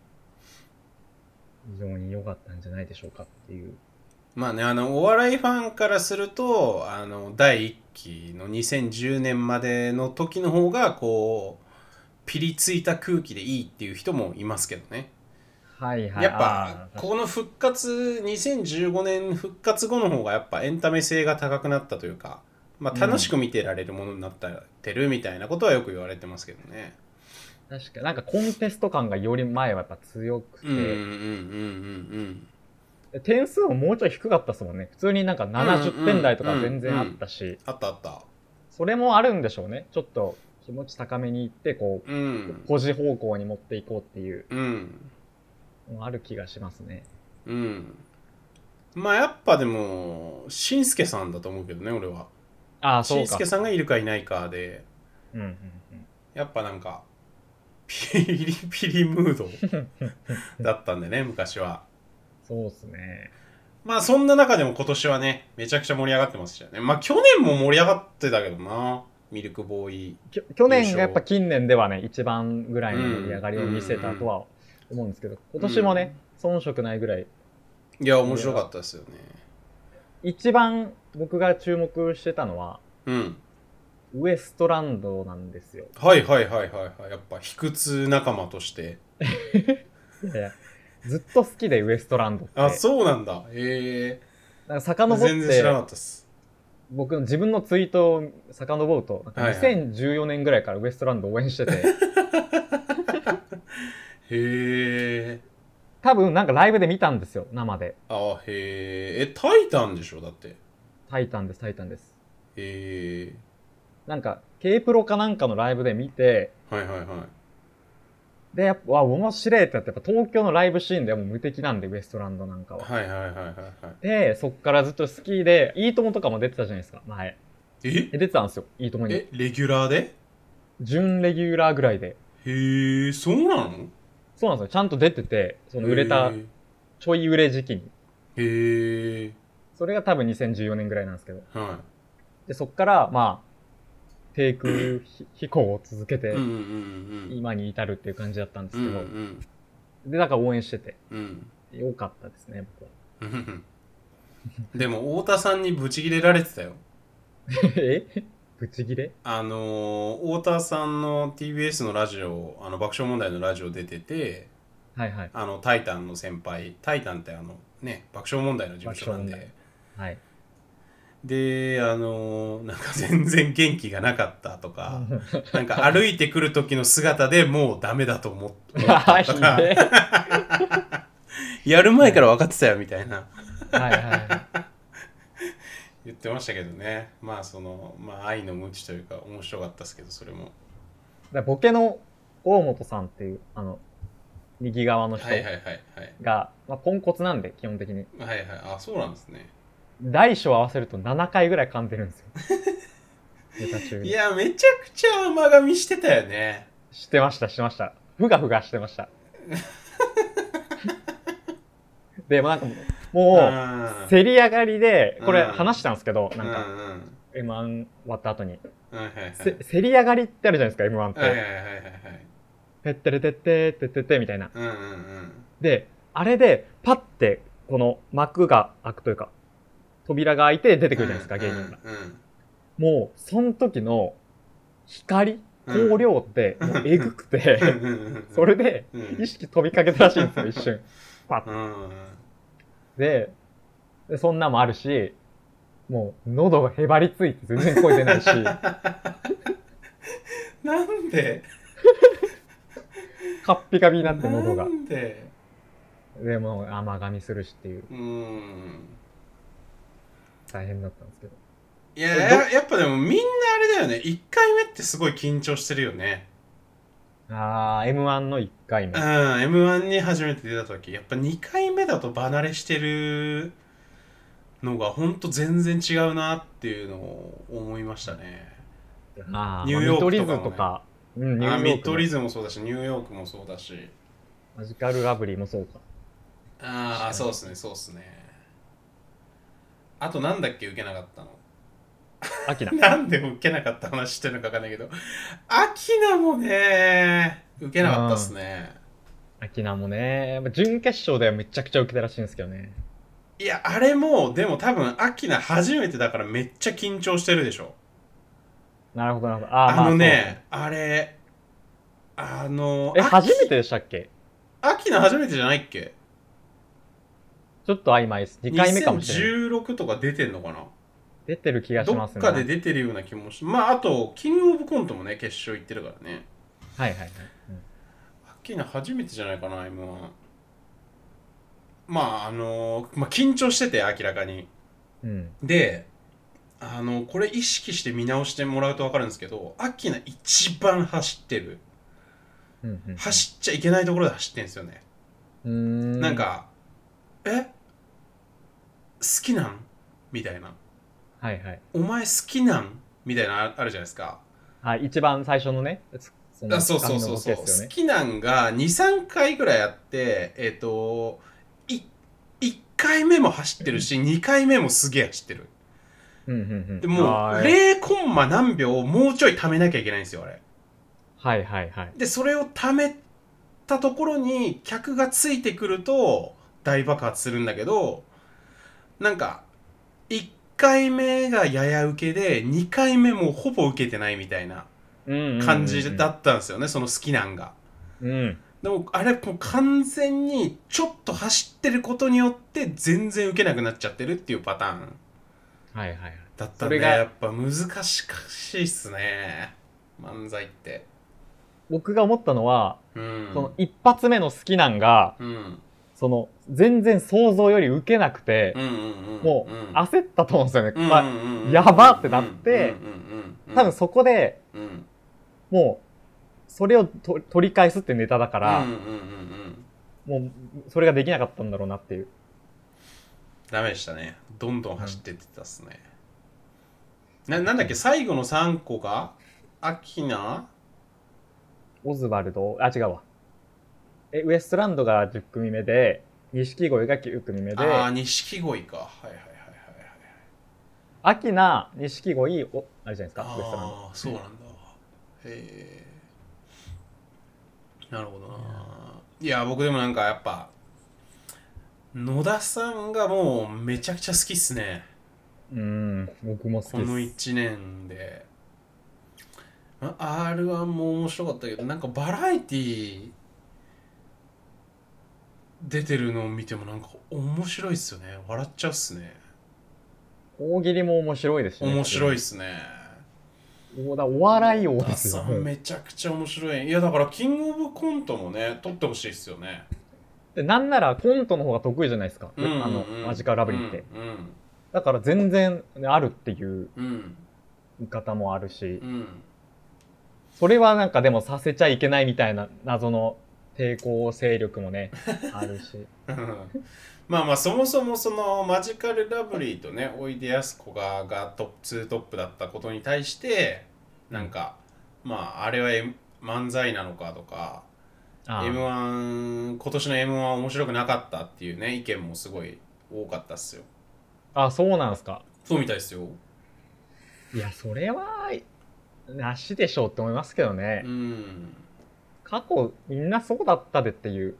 非常に良かったんじゃないでしょうかっていう。 まあね、あの、お笑いファンからすると、あの、だいいっきのにせんじゅうねんまでの時の方が、こう、ピリついた空気でいいっていう人もいますけどね。 はいはい。 やっぱこの復活にせんじゅうごねん復活後の方がやっぱエンタメ性が高くなったというか、まあ、楽しく見てられるものになってるみたいなことはよく言われてますけどね。 確かになんかコンテスト感がより前はやっぱ強くて、 うんうんうんうんうん、点数ももうちょい低かったですもんね。普通になんかななじゅってん台とか全然あったし、うんうんうん、 あったあった。 それもあるんでしょうね。ちょっと気持ち高めにいってこう、うん、ポジ方向に持っていこうっていう。うんある気がしますね。 うん。まあやっぱでも、しんすけさんだと思うけどね、俺は。 ああ、そうか。 しんすけさんがいるかいないかで、 うんうんうん、 やっぱなんか、ピリピリムードだったんでね、昔は。 そうっすね。 まあそんな中でも今年はね、めちゃくちゃ盛り上がってましたよね。まあ去年も盛り上がってたけどな、ミルクボーイ。 去年がやっぱ近年ではね、一番ぐらいの盛り上がりを見せたとは思うんですけど、今年もね、うん、遜色ないぐらい。 いや、面白かったですよね。 一番僕が注目してたのは、 うん、 ウエストランドなんですよ。 はいはいはいはいはい。やっぱ卑屈仲間として。 いやいや、ずっと好きでウエストランドって。 あ、そうなんだ。へえ。 なんか遡って。 全然知らなかったです。 僕の自分のツイートを遡ると、にせんじゅうよねんぐらいからウエストランドを応援してて。はいはいへえ。 多分なんかライブで見たんですよ、生で。 あ、へえ。え、タイタンでしょだって。 タイタンです、タイタンです。 へえ。 なんか、K プロかなんかのライブで見て、 はいはいはい。 で、やっぱ、わ、面白いってやって、やっぱ東京のライブシーンではもう無敵なんで、ウエストランドなんかは。 はいはいはいはいはい。 で、そっからずっと好きで、いいともとかも出てたじゃないですか、前。 え出てたんですよ、いいともに。 え、レギュラーで？ 準レギュラーぐらいで。 へえ、そうなの？ そうなんですよ。ちゃんと出てて、その売れた、ちょい売れ時期に。 へえ。 それが多分にせんじゅうよねんぐらいなんですけど。 はい。 で、そっから、まあ、低空飛行を続けて、今に至るっていう感じだったんですけど。うんうん、で、だから応援してて。うん、よかったですね、僕は。 でも、太田さんにブチギレられてたよ。 えブチギレ？ あのー、太田さんの ティービーエス のラジオ、あの爆笑問題のラジオ出てて、 はいはい。 あの、タイタンの先輩、タイタンってあの、ね、爆笑問題の事務所なんで、 はい。 で、あのー、なんか全然元気がなかったとか、なんか歩いてくる時の姿でもうダメだと思ったとか、やる前から分かってたよみたいな。 はいはい。 言ってましたけどね。まあそのまあ愛の無知というか面白かったですけど、それもだボケの大本さんっていうあの右側の人が、 はいはいはいはい、 まあ、ポンコツなんで基本的に。 はいはい、あ、そうなんですね。 大小合わせるとななかいぐらい噛んでるんですよ。ネタ中に。 いやめちゃくちゃ甘噛みしてたよね。 してましたしてました。ふがふがしてました。でもなんかもう競り上がりでこれ話したんですけど、なんか エムワン 終わった後に、はいはいはい、競り上がりってあるじゃないですか エムワン って。はいはいはいはい。ペッテレテッテーテッテッテみたいな。うんうんうん、であれでパッてこの幕が開くというか扉が開いて出てくるじゃないですか、うん、芸人が、うんうん、もうその時の光光量ってもうえぐくて、うん、それで意識飛びかけたらしいんですよ一瞬パッ、うん、で, でそんなもあるし、もう喉がへばりついて全然声出ないしなんでカッピカピになって喉がなんででも甘噛みするしっていう、うーん大変だったんですけど。 いや や, やっぱでもみんなあれだよね、いっかいめってすごい緊張してるよね。 あー エムワン のいっかいめ、 うん エムワン に初めて出た時やっぱにかいめだと離れしてるのがほんと全然違うなっていうのを思いましたね。 あニューヨークとかも、ね、とか、 うん、ニューヨークミッドリズもそうだしニューヨークもそうだしマジカルラブリーもそうか。 ああそうっすねそうっすね。あとなんだっけ受けなかったのアキナなんで受けなかった話してるのか分かんないけど、アキナもね受けなかったっすね。 アキナもね準決勝ではめちゃくちゃ受けたらしいんですけどね。 いやあれもでも多分アキナ初めてだからめっちゃ緊張してるでしょ。 なるほどなるほど。 ああのね、まあ、あれあのえ初めてでしたっけ。 アキナ初めてじゃないっけ。 ちょっと曖昧です。にかいめかもしれない。 にせんじゅうろくとか出てんのかな。 出てる気がしますね。 どっかで出てるような気もし、まああとキングオブコントもね決勝行ってるからね。 はいはいはい、 うん、アキナ初めてじゃないかな エムワン。 まああのまあ緊張してて明らかに、うん、であのこれ意識して見直してもらうと分かるんですけど、アキナ一番走ってる、うんうんうん、走っちゃいけないところで走ってんですよね。うーんなんかえ好きなんみたいな、はいはい、お前好きなんみたいなあるじゃないですか。 はい、一番最初のねそのあそうそうそうそう、ね、好きなんが にさんかいぐらいあってえっ、ー、といいっかいめも走ってるしにかいめもすげえ走ってる。うんうんうん、でもうゼロコンマ何秒もうちょい貯めなきゃいけないんですよあれ。 はいはいはい。 でそれを貯めたところに客がついてくると大爆発するんだけど、なんかいっかいめがやや受けでにかいめもほぼ受けてないみたいな感じだったんですよね、その好きなんが。うん、でもあれもう完全にちょっと走ってることによって全然受けなくなっちゃってるっていうパターン。はいはいはい。だったんでやっぱ難しいっすね漫才って。 僕が思ったのは、うん、その一発目の好きなんが、うん、その全然想像より受けなくて、うんうんうん、もう焦ったと思うんですよね、うんまあ、やばってなって、多分そこで、うん、もうそれをと取り返すってネタだから、うんうんうんうん、もうそれができなかったんだろうなっていう。 ダメでしたね。どんどん走ってってたっすね、うん、な, なんだっけ最後のさんこがアキナオズワルドあ違うわえウエストランドがじゅっくみめで錦鯉がきゅうくみめで、 ああ錦鯉か、はいはいはいはいはい。 アキナ錦鯉おあれじゃないですか、ウエストランド。 ああそうなんだ。へえなるほどな。いや僕でもなんかやっぱ野田さんがもうめちゃくちゃ好きっすね。 うん僕も好きです。 このいちねんで アールワン も面白かったけど、なんかバラエティ出てるのを見てもなんか面白いっすよね。笑っちゃうっすね。 大喜利も面白いですね。 面白いっすね。 お, だお笑い王ですよね。 めちゃくちゃ面白い。いやだからキングオブコントもね撮ってほしいっすよね。 でなんならコントの方が得意じゃないですか、うんうんうん、あのマジカルラブリーって、うんうん、 だから全然、ね、あるっていう見方もあるし、うん、それはなんかでもさせちゃいけないみたいな謎の抵抗勢力もねあるしまあまあそもそもそのマジカルラブリーとねおいでやすこががトップツートップだったことに対してなんか、うん、まああれは、M、漫才なのかとか エムワン 今年の エムワン 面白くなかったっていうね意見もすごい多かったっすよ。 あ、そうなんすか。 そうみたいですよ。 いやそれはなしでしょうって思いますけどね。うん。過去みんなそうだったでっていう。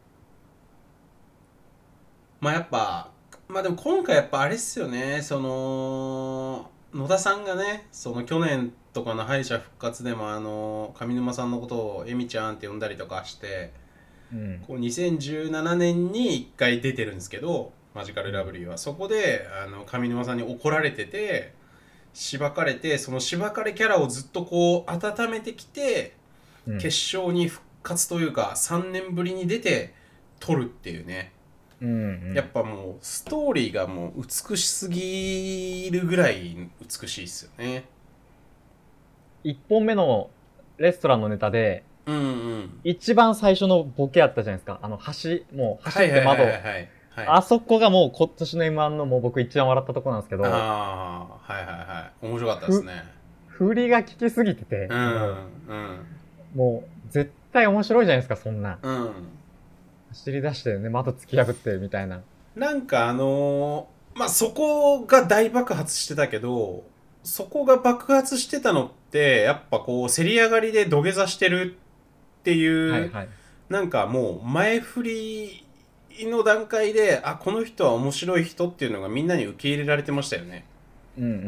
まあやっぱまあでも今回やっぱあれっすよね、その野田さんがねその去年とかの敗者復活でもあの上沼さんのことをエミちゃんって呼んだりとかして、うん、こうにせんじゅうななねんにいっかい出てるんですけどマジカルラブリーは、うん、そこであの上沼さんに怒られててしばかれて、そのしばかれキャラをずっとこう温めてきて、うん、決勝に復活というかさんねんぶりに出て取るっていうね、うんうん、やっぱもうストーリーがもう美しすぎるぐらい美しいっすよね。 いっぽんめのレストランのネタで、うんうん、一番最初のボケあったじゃないですか。あの橋、もう走って窓、はいはいはいはいはい、あそこがもう今年の エムワン のもう僕一番笑ったところなんですけど、ああ、はいはいはい、面白かったですね。 振りが効きすぎてて、うんうん、もう絶対面白いじゃないですかそんな、うん、走り出してね窓突き破ってみたいな。 なんかあのー、まあそこが大爆発してたけど、そこが爆発してたのってやっぱこう競り上がりで土下座してるっていう、はいはい、なんかもう前振りの段階で、あ、この人は面白い人っていうのがみんなに受け入れられてましたよね。うんうんうんうん。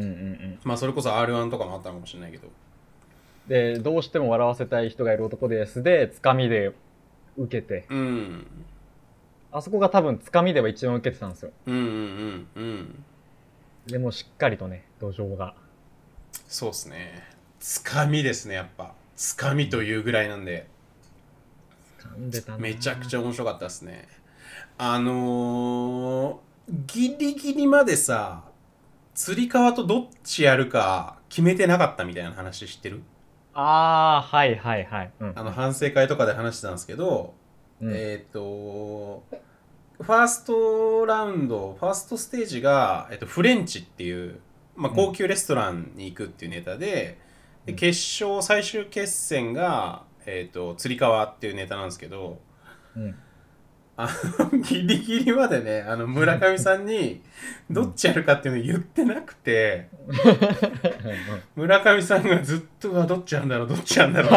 まあそれこそ アールワン とかもあったのかもしれないけど。 で、どうしても笑わせたい人がいる男ですで、つかみで受けて。うん。あそこが多分つかみでは一番受けてたんですよ。うんうんうんうん。でもしっかりとね、土壌が。 そうっすね。つかみですね、やっぱ。つかみというぐらいなんで。掴んでたな。めちゃくちゃ面白かったですね。あのー、ギリギリまでさ、つり革とどっちやるか決めてなかったみたいな話知ってる？ あー、はいはいはい。 うん、あの反省会とかで話してたんですけど、うん、えっ、ー、と、ファーストラウンド、ファーストステージが、えーと、フレンチっていう、まあ、高級レストランに行くっていうネタで、うん、で決勝最終決戦が、えーと、つり革っていうネタなんですけど、うんあのギリギリまでね、あの村上さんにどっちやるかっていうのを言ってなくて、村上さんがずっとはどっちなんだろうどっちなんだろう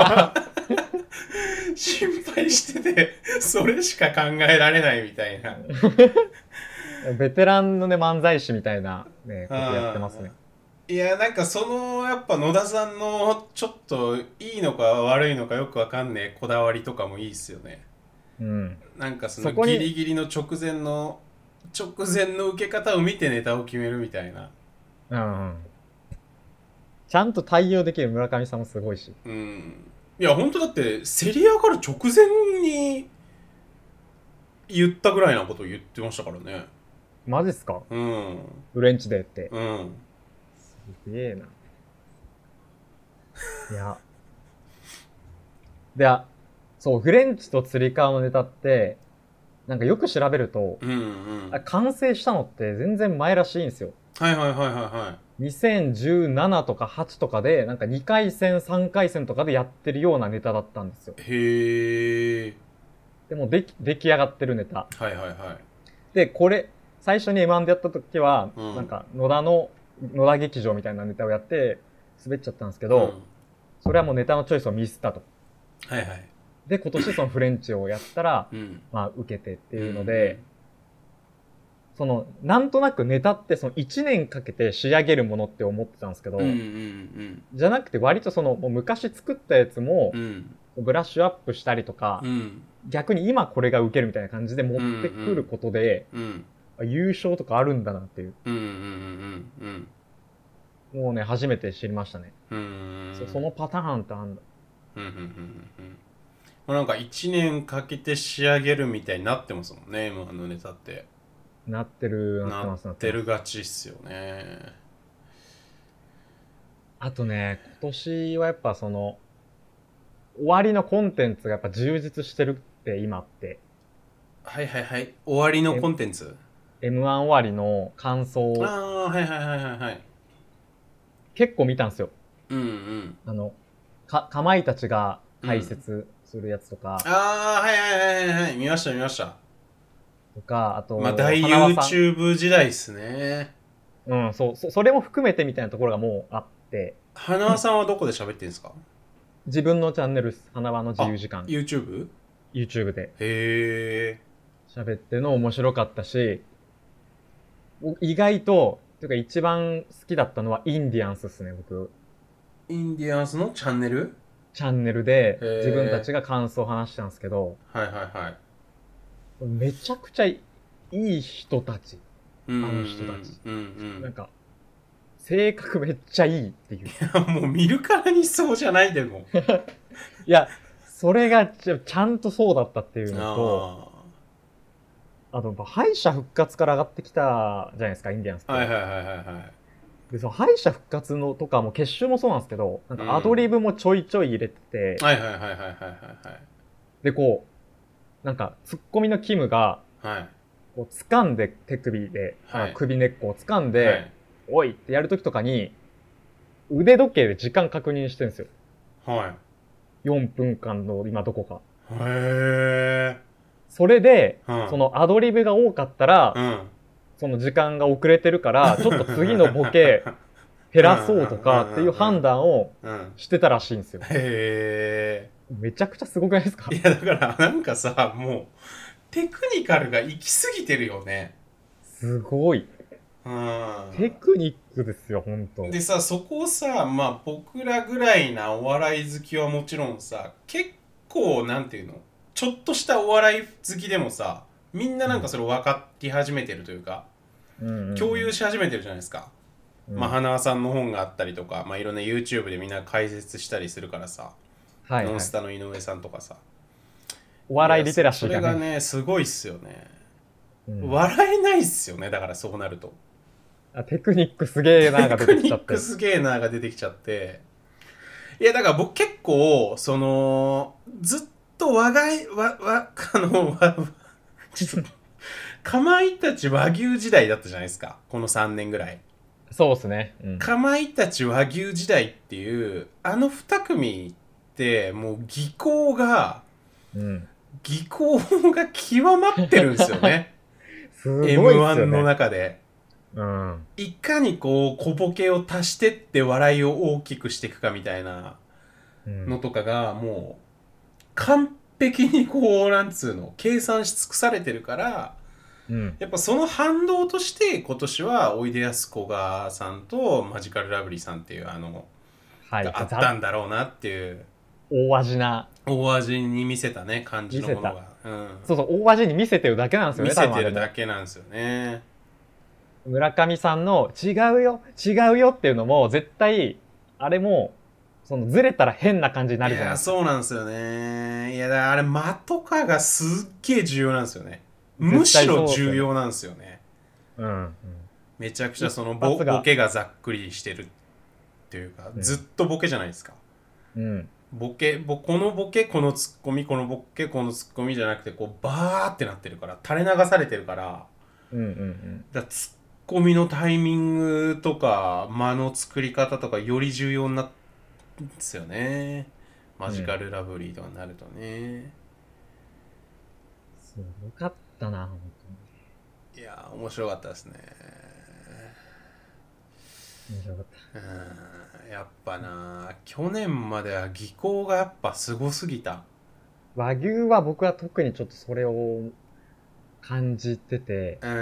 って心配してて、それしか考えられないみたいな。 ベテランのね漫才師みたいな、ね、ことやってますね。 いやなんかそのやっぱ野田さんのちょっといいのか悪いのかよくわかんねえこだわりとかもいいっすよね。うん、なんかそのギリギリの直前の直前の受け方を見てネタを決めるみたいな、うん、 ちゃんと対応できる村上さんもすごいし、 うん、いや本当だって競り上がる直前に言ったぐらいなことを言ってましたからね。 マジっすか？うん、フレンチでって、うん、すげえな。いやでそう、フレンチとつり革のネタって、なんかよく調べると、うんうん、完成したのって全然前らしいんですよ。 はいはいはいはいはい。 にせんじゅうななとかはちとかで、なんかにかい戦、さんかい戦とかでやってるようなネタだったんですよ。へー。でもでき、出来上がってるネタ。はいはいはい。で、これ、最初に エムワン でやった時は、うん、なんか野田の、野田劇場みたいなネタをやって、滑っちゃったんですけど、うん、それはもうネタのチョイスをミスったと。はいはい。で、今年そのフレンチをやったら、うん、まあ受けてっていうので、うん、その、なんとなくネタってそのいちねんかけて仕上げるものって思ってたんですけど、うんうんうん、じゃなくて割とその、もう昔作ったやつも、ブラッシュアップしたりとか、うん、逆に今これが受けるみたいな感じで持ってくることで、うんうん、優勝とかあるんだなっていう。うんうんうんうん、もうね、初めて知りましたね。うん、そ, そのパターンってあんだ。うんうんうんうんなんかいちねんかけて仕上げるみたいになってますもんね、今のネタって。 なってる、なってます、 なってるがちっすよね。 あとね、今年はやっぱその、終わりのコンテンツがやっぱ充実してるって今って。 はいはいはい。終わりのコンテンツエムワン 終わりの感想を。 ああ、はいはいはいはいはい。 結構見たんですよ。 うんうん。 あの、か、かまいたちが解説するやつとか。 うん、ああ、はいはいはいはい。見ました見ました。 とか、あと、 まあ大 YouTube 時代っすね。 うん、そう、そ、それも含めてみたいなところがもうあって。 花輪さんはどこで喋ってんですか？ 自分のチャンネル、花輪の自由時間。 YouTube？ YouTube で。 へえ。 喋ってるの面白かったし、意外と、というか一番好きだったのはインディアンスっすね、僕。 インディアンスのチャンネル？ チャンネルで自分たちが感想を話したんですけど、 はいはいはい。 めちゃくちゃいい人たち。あの人たち。 うんうん、 なんか、性格めっちゃいいっていう。いや、もう見るからにそうじゃないでも。 いや、それがちゃんとそうだったっていうのと、あと、敗者復活から上がってきたじゃないですか、インディアンスって。 はいはいはいはいはい。 で、その敗者復活のとかも決勝もそうなんですけど、なんかアドリブもちょいちょい入れてて、 うん、はいはいはいはいはいはい。 で、こう、なんか、ツッコミのキムが、 はい。 こう掴んで手首で、はい、首根っこを掴んで、はい、おいってやるときとかに、腕時計で時間確認してるんですよ。 はい。 よんぷんかんの今どこか。 へー。 それで、 うん、 そのアドリブが多かったら、うん、その時間が遅れてるから、ちょっと次のボケ減らそうとかっていう判断をしてたらしいんですよ。 へー。めちゃくちゃすごくないですか？ いやだからなんかさ、もう、テクニカルが行き過ぎてるよね。 すごい。うん、テクニックですよ、ほんと。 でさ、そこをさ、まあ僕らぐらいなお笑い好きはもちろんさ、結構なんていうの、ちょっとしたお笑い好きでもさ、みんななんかそれ分かり始めてるというか、うん、共有し始めてるじゃないですか。うん、まあ花輪さんの本があったりとか、まあいろんな YouTube でみんな解説したりするからさ、はいはい、ノンスタの井上さんとかさ。 お笑いリテラシーがね。それがね、すごいっすよね。うん、笑えないっすよね、だからそうなると。 あ、テクニックすげえなーが出てきちゃって。 テクニックすげえなーが出てきちゃって。いや、だから僕結構、その、ずっと和がい、わ、わ、あの、わ、ちょっと、かまいたち和牛時代だったじゃないですか。このさんねんぐらい。 そうですね。 うん、かまいたち和牛時代っていう、あの二組って、もう技巧が、うん、技巧が極まってるんですよね。 すごいっすよね。 エムワン の中で。 うん、 いかにこう小ボケを足してって笑いを大きくしていくかみたいなのとかがもう完璧にこうなんつうの計算し尽くされてるから、うん、やっぱその反動として今年はおいでやすこがさんとマジカルラブリーさんっていうあの、はい、があったんだろうなっていう大味な大味に見せたね感じのものが、 うん、そうそう大味に見せてるだけなんですよね。 見せてるだけなんですよね。 村上さんの違うよ違うよっていうのも絶対あれもそのずれたら変な感じになるじゃないですか。 いやそうなんですよね。いやだからあれ間とかがすっげえ重要なんですよね。むしろ重要なんですよね。うん、うん、めちゃくちゃその ボ, ボケがざっくりしてるっていうか、うん、ずっとボケじゃないですか。うん、ボケボこのボケこのツッコミこのボケこのツッコミじゃなくてこうバーってなってるから垂れ流されてるから。うんうんうん。だからツッコミのタイミングとか間の作り方とかより重要になってんですよね。マジカルラブリーとかになるとね。 すごかったな本当に。いや面白かったですね。 面白かった。 うん、やっぱな去年までは技巧がやっぱすごすぎた。 和牛は僕は特にちょっとそれを感じてて。うん。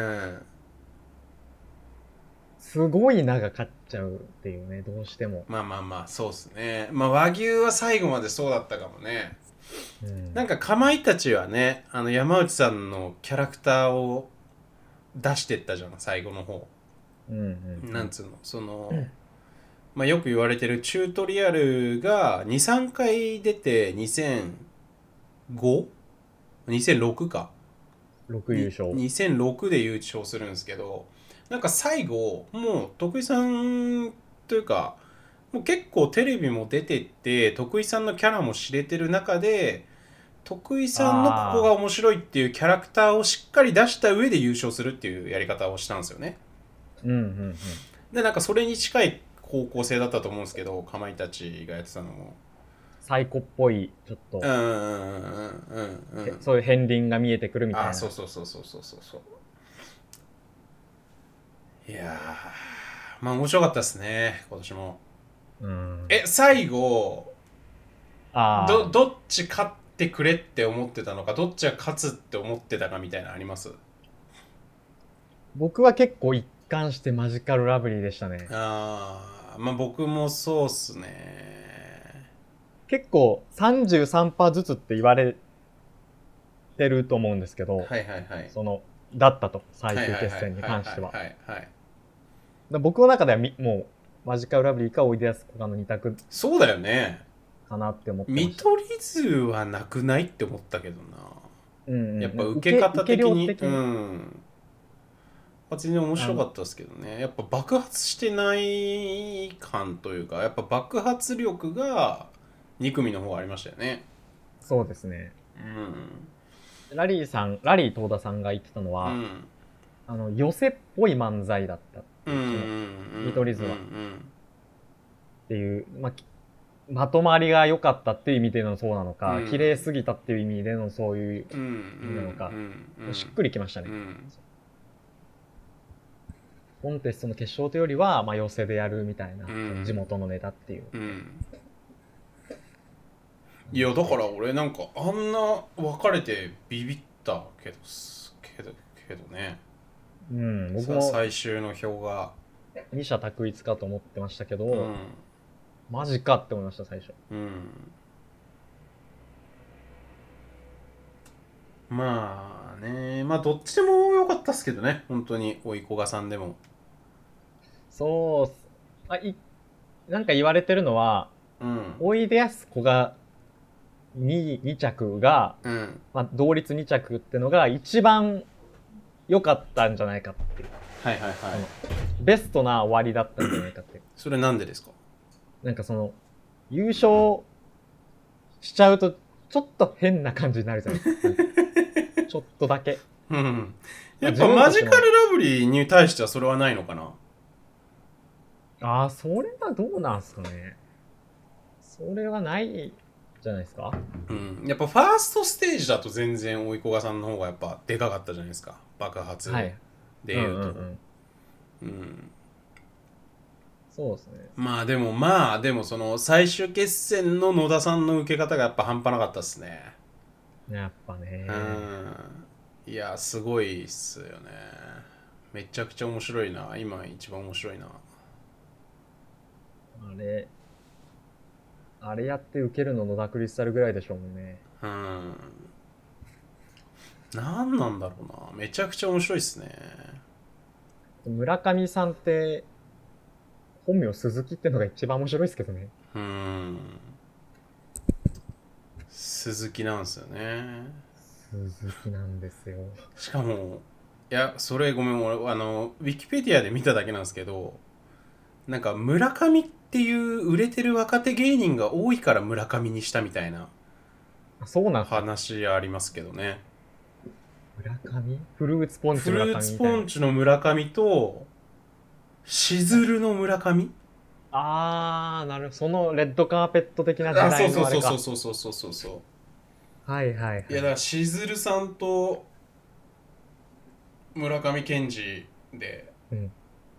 すごい長かっちゃうっていうね、どうしても。 まあまあまあ、そうっすね。まあ和牛は最後までそうだったかもね。うん、なんかかまいたちはね、あの山内さんのキャラクターを出してったじゃん、最後の方。うんうんうん、なんつうの、その、うん、まあよく言われてるチュートリアルがに、さんかい出てにせんご?にせんろく か。 ろく優勝。 にせんろくで優勝するんですけど、なんか最後もう徳井さんというかもう結構テレビも出てって徳井さんのキャラも知れてる中で徳井さんのここが面白いっていうキャラクターをしっかり出した上で優勝するっていうやり方をしたんですよね。 うんうんうん。 でなんかそれに近い方向性だったと思うんですけど、かまいたちがやってたのもサイコっぽいちょっと、 うんうんうんうんうん、 そういう片鱗が見えてくるみたいな。 あ、そうそうそうそうそうそうそう。いやー、まあ面白かったですね今年も。うん、え最後あどどっち勝ってくれって思ってたのか、どっちが勝つって思ってたかみたいなのあります？ 僕は結構一貫してマジカルラブリーでしたね。 ああ、まあ僕もそうっすね。 結構 さんじゅうさんパーセント ずつって言われてると思うんですけど、 はいはいはい、 そのだったと最終決戦に関しては。僕の中ではみもうマジカルラブリーかおいでやすこがの二択。 そうだよね。 かなって思ってました。 見取り図はなくないって思ったけどな。うんうん、やっぱ受け方的に、的にうん。全然面白かったですけどね。やっぱ爆発してない感というか、やっぱ爆発力がに組の方がありましたよね。 そうですね。うん。ラリーさん、ラリー東田さんが言ってたのは、うん、あの寄せっぽい漫才だったっていう、見取り図は。っていう、まあ、まとまりが良かったっていう意味でのそうなのか、うん、綺麗すぎたっていう意味でのそういう意味なのか、しっくりきましたね。うん、コンテストの決勝というよりは、まあ、寄せでやるみたいな、うん、地元のネタっていう、うん、 いやだから俺なんかあんな分かれてビビったけどけどけどね、うん、僕も最終の票が二者択一かと思ってましたけど、うん、マジかって思いました最初。うん、 まあね、まあどっちでも良かったっすけどね、本当においこがさんでも。 そうあいなんか言われてるのは、うん、おいでやすこが 2, 2着が、うんまあ、同率に着ってのが一番良かったんじゃないかっていう。 はいはいはい。 ベストな終わりだったんじゃないかっていう。 それなんでですか？ なんかその優勝しちゃうとちょっと変な感じになるじゃないですか。ちょっとだけ。 うん。やっぱマジカルラブリーに対してはそれはないのかな？ ああ、それはどうなんすかね。それはないじゃないですか。 うん。やっぱファーストステージだと全然おいこがさんの方がやっぱでかかったじゃないですか。爆発で言うと。はい、うんうんうん。うん。 そうですね。 まあでもまあでもその最終決戦の野田さんの受け方がやっぱ半端なかったっすね。 やっぱね。 うん。いやすごいっすよね。めちゃくちゃ面白いな。今一番面白いな。 あれあれやって受けるの野田クリスタルぐらいでしょうね。 うん。なんなんだろうな。めちゃくちゃ面白いっすね。 村上さんって本名鈴木ってのが一番面白いですけどね。うん。 鈴木なんですよね。 鈴木なんですよ。 しかもいやそれごめん俺あのウィキペディアで見ただけなんですけど、なんか村上っていう売れてる若手芸人が多いから村上にしたみたいなそうなん話ありますけどね。 村上フルーツポンチ村上みたいな。 フルーツポンチの村上としずるの村上。 あーなるほど。そのレッドカーペット的な時代のあれか。 そうそうそうそうそうそうそう。 はいはいはい。 いやだからしずるさんと村上健二で、うん、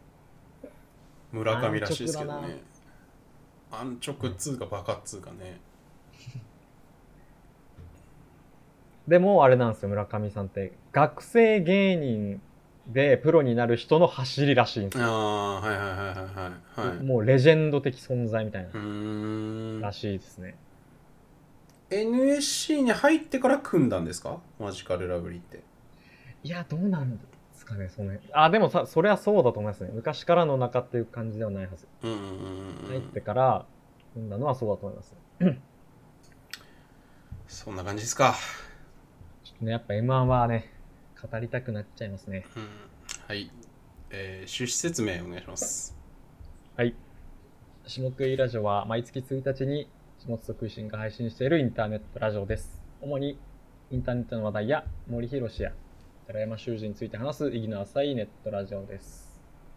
村上らしいですけどね。安直っつうかバカっつうかね。 でもあれなんですよ、村上さんって学生芸人でプロになる人の走りらしいんですよ。ああはいはいはいはいはい。もうレジェンド的存在みたいな。うーんらしいですね。 エヌエスシー に入ってから組んだんですか？マジカルラブリーって。 いやどうなんですかねそれ。あでもさそれはそうだと思いますね。昔からの仲っていう感じではないはず。うんうんうんうん。入ってから組んだのはそうだと思います、ね。 そんな感じですか。 ちょっとねやっぱ エムワン はね語りたくなっちゃいますね。 うん、はい、えー、趣旨説明お願いします。 はい。下食いラジオは毎月ついたちに下津と食いしんが配信しているインターネットラジオです。主にインターネットの話題や森博や寺山修司について話す意義の浅いネットラジオです。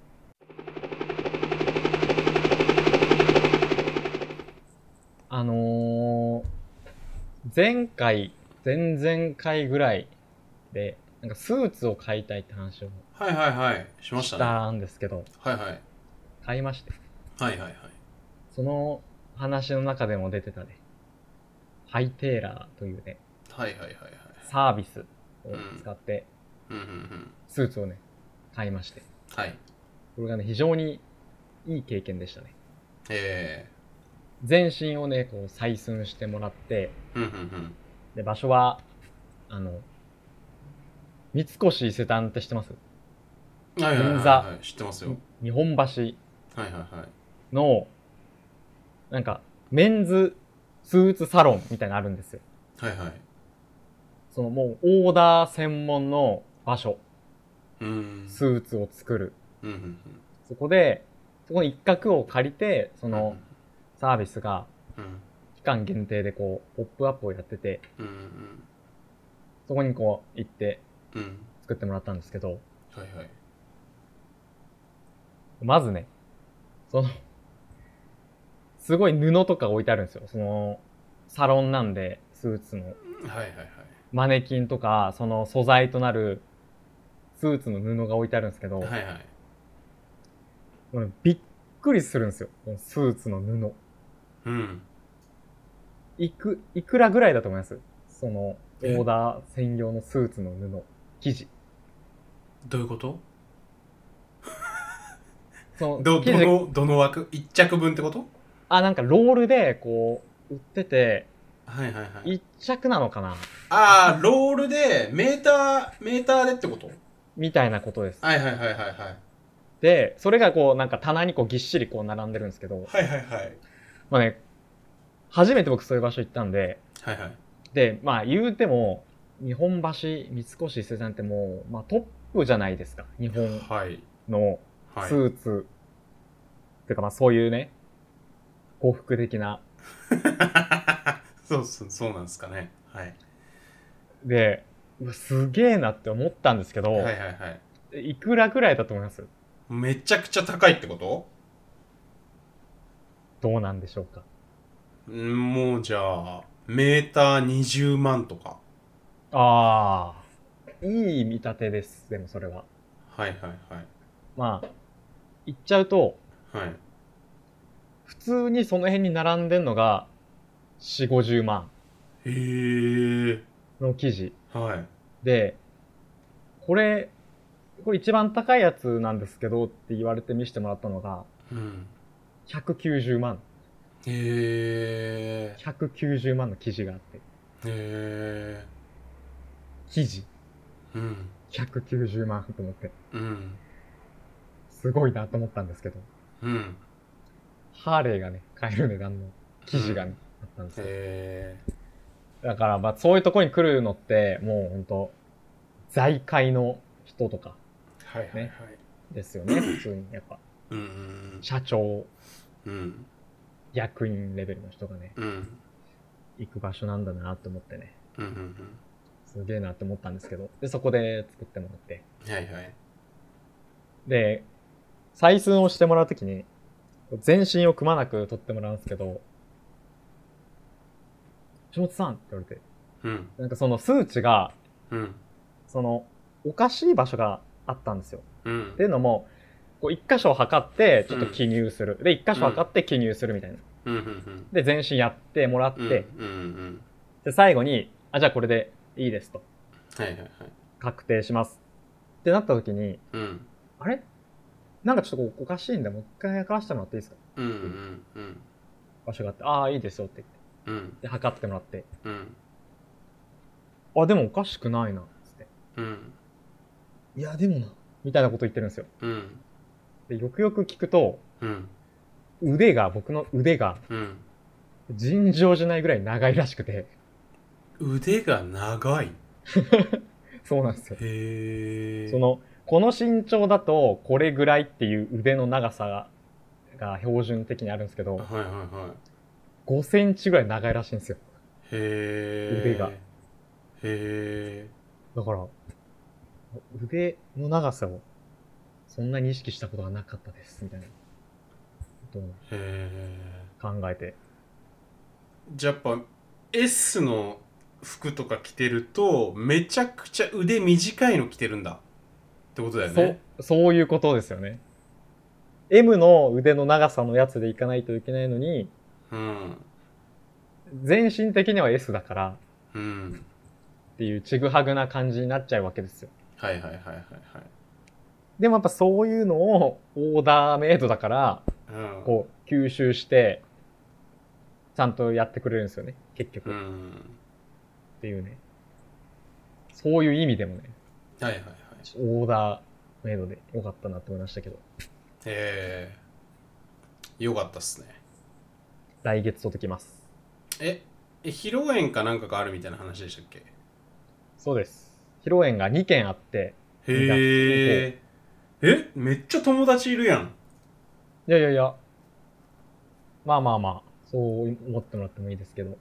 あのー、前回、前々回ぐらいで、なんかスーツを買いたいって話をはいはいはいしましたね。 したんですけど、 はいはい買いまして。 はいはいはい。 その話の中でも出てたね、ハイテーラーというね、 はいはいはいはい。 サービスを使って、 うんうんうんうん、 スーツをね、買いまして。 はい。 これがね、非常にいい経験でしたね。 えー、全身をね、こう採寸してもらって、 うんうんうん、 で、場所は、あの、三越伊勢丹って知ってます？ はいはいはい、はい、知ってますよ。 日本橋はいはいはいの、なんか、メンズスーツサロンみたいなのあるんですよ。 はいはい。 そのもうオーダー専門の場所。 うん。 スーツを作る。 うんうんうん、 そこで、そこの一角を借りて、そのサービスが、期間限定でこう、ポップアップをやってて、 うんうん、 そこにこう行って作ってもらったんですけど、 うん、はいはい。 まずね、その、すごい布とか置いてあるんですよ。その、サロンなんで、スーツの。はいはいはい。 マネキンとか、その素材となる、スーツの布が置いてあるんですけど、 はいはい。 びっくりするんですよ。このスーツの布。 うん。 いく、いくらぐらいだと思います？その、オーダー専用のスーツの布、生地。 どういうこと？ そのど、どの、どの枠？一着分ってこと？ あ、なんかロールで、こう、売ってて、 はいはいはい。 一着なのかな？ ああ、ロールで、メーター、メーターでってこと？ みたいなことです。 はいはいはいはいはい。 で、それがこう、なんか棚にこうぎっしりこう並んでるんですけど、 はいはいはい。 まあね、初めて僕そういう場所行ったんで、 はいはい。 で、まあ言うても、日本橋、三越伊勢丹ってもう、まあトップじゃないですか。日本のスーツ。はいはい、てかまあそういうね、幸福的な。 そうそう、そうなんですかね。はい。 で、すげえなって思ったんですけど、はいはいはい。いくらくらいだと思います？ めちゃくちゃ高いってこと？ どうなんでしょうか。 んもうじゃあ、メーターにじゅうまんとか。 ああ、いい見立てです。でもそれは。 はいはいはい。 まあ、言っちゃうと、 はい。 普通にその辺に並んでんのが、よん、ごじゅうまん。 へー。 の生地。 はい。 で、これ、これ一番高いやつなんですけどって言われて見せてもらったのが、うん、ひゃくきゅうじゅうまん。 へー。 ひゃくきゅうじゅうまんの生地があって。 へー。生地。 うん。 ひゃくきゅうじゅうまんと思って。 うん。 すごいなと思ったんですけど。 うん。 ハーレーがね、買える値段の生地が、ね、うん、あったんですよ。へー。だから、まあ、そういうとこに来るのって、もうほんと、財界の人とか、 はいはいはい。 ですよね、普通に、やっぱ。うん。社長、うん。役員レベルの人がね、うん。行く場所なんだなって思ってね。うんうんうん。すげえなって思ったんですけど。で、そこで作ってもらって。はいはい。で、採寸をしてもらうときに、全身をくまなく取ってもらうんですけど、下津さんって言われて、うん。なんかその数値が、うん。その、おかしい場所があったんですよ。うん。っていうのも、こう一箇所測ってちょっと記入する。うん、で、一箇所測って記入するみたいな。うんうんうん、で、全身やってもらって、うんうんうん、で、最後に、あ、じゃあこれでいいですと。はいはいはい。確定します。ってなった時に、うん、あれなんかちょっとこうおかしいんで、もう一回測らせてもらっていいですか？うんうんうん。場所があって、ああ、いいですよって言って。うん、で、測ってもらって。うん、あ、でもおかしくないな、つって。うん、いや、でもな、みたいなこと言ってるんですよ。うん、で、よくよく聞くと、うん、腕が、僕の腕が、うん、尋常じゃないぐらい長いらしくて。 腕が長いそうなんですよ。 へー。 その、この身長だとこれぐらいっていう腕の長さが、が標準的にあるんですけど、 はいはいはい。 ごセンチぐらい長いらしいんですよ。 へー。 腕が。 へー。 だから、腕の長さをそんなに意識したことがなかったです、みたいなことをへ考えて。 ー。じゃあやっぱ S の服とか着てるとめちゃくちゃ腕短いの着てるんだってことだよね。 そ、そういうことですよね。M の腕の長さのやつでいかないといけないのに、 うん。 全身的には S だからうん。 っていうちぐはぐな感じになっちゃうわけですよ。 はいはいはいはいはい。 でもやっぱそういうのをオーダーメイドだから、 うん。 こう吸収して、ちゃんとやってくれるんですよね、結局。 うん。 っていうね。そういう意味でもね、 はいはいはい。 オーダーメイドでよかったなと思いましたけど。 へえ。よかったっすね。 来月届きます。 え、え披露宴かなんかがあるみたいな話でしたっけ？ そうです。披露宴がにけんあって、 へえ。え、めっちゃ友達いるやん。 いやいやいや。まあまあまあ、そう思ってもらってもいいですけど。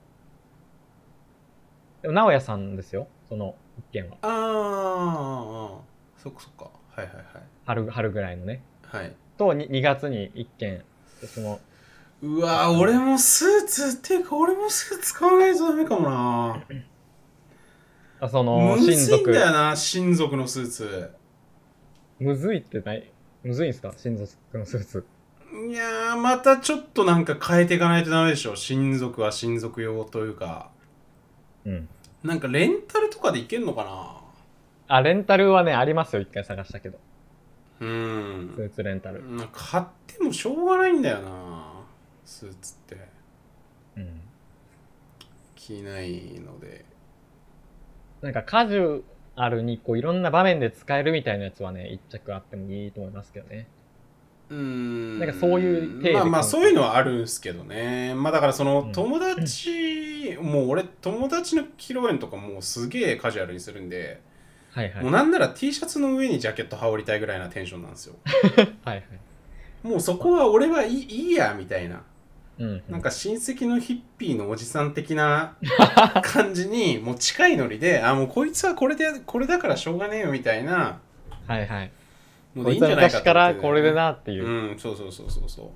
でも、直哉さんですよ、その一件は。 あーあー、そっかそっか。はいはいはい。 春、春ぐらいのね。 はい。 と、ににがつに一件、その、 うわー、俺もスーツっていうか俺もスーツ買わないとダメかもな。 あその、 むずいんだ親族、 よな、親族のスーツ。 むずいってない、むずいんすか親族のスーツ。 いやー、またちょっとなんか変えていかないとダメでしょ。親族は親族用というか。 うん。 なんかレンタルとかでいけんのかな。 あ、レンタルはね、ありますよ、一回探したけど。 うーん。 スーツレンタル。 なんか買ってもしょうがないんだよな、スーツって。 うん。 着ないので。 なんかカジュアルにこういろんな場面で使えるみたいなやつはね、一着あってもいいと思いますけどね。 うーん。 なんかそういう体でまあまあそういうのはあるんすけどね。まあだからそのうん友達、もう俺友達の披露宴とかもうすげえカジュアルにするんで、 はいはい。 もうなんなら T シャツの上にジャケット羽織りたいぐらいなテンションなんですよ。 はいはい。 もうそこは俺はいい、いいやみたいな。 うん、うん。 なんか親戚のヒッピーのおじさん的な感じにもう近いノリで、あ、もうこいつはこれでこれだからしょうがねえよみたいなはいはい。 のでいいんじゃないか昔からこれでなっていう。 うん、そうそうそうそうそう。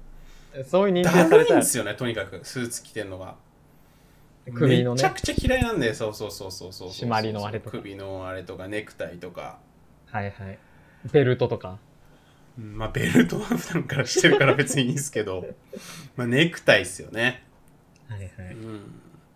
そういう認定だるされたらいんですよね、とにかくスーツ着てんのが。 首のね。 めちゃくちゃ嫌いなんで、そうそうそうそうそう。 締まりのあれとか。 首のあれとかネクタイとか。 はいはい。ベルトとか。 まあベルトは普段からしてるから別にいいんですけど、まあネクタイっすよね。 はいはい。 うん。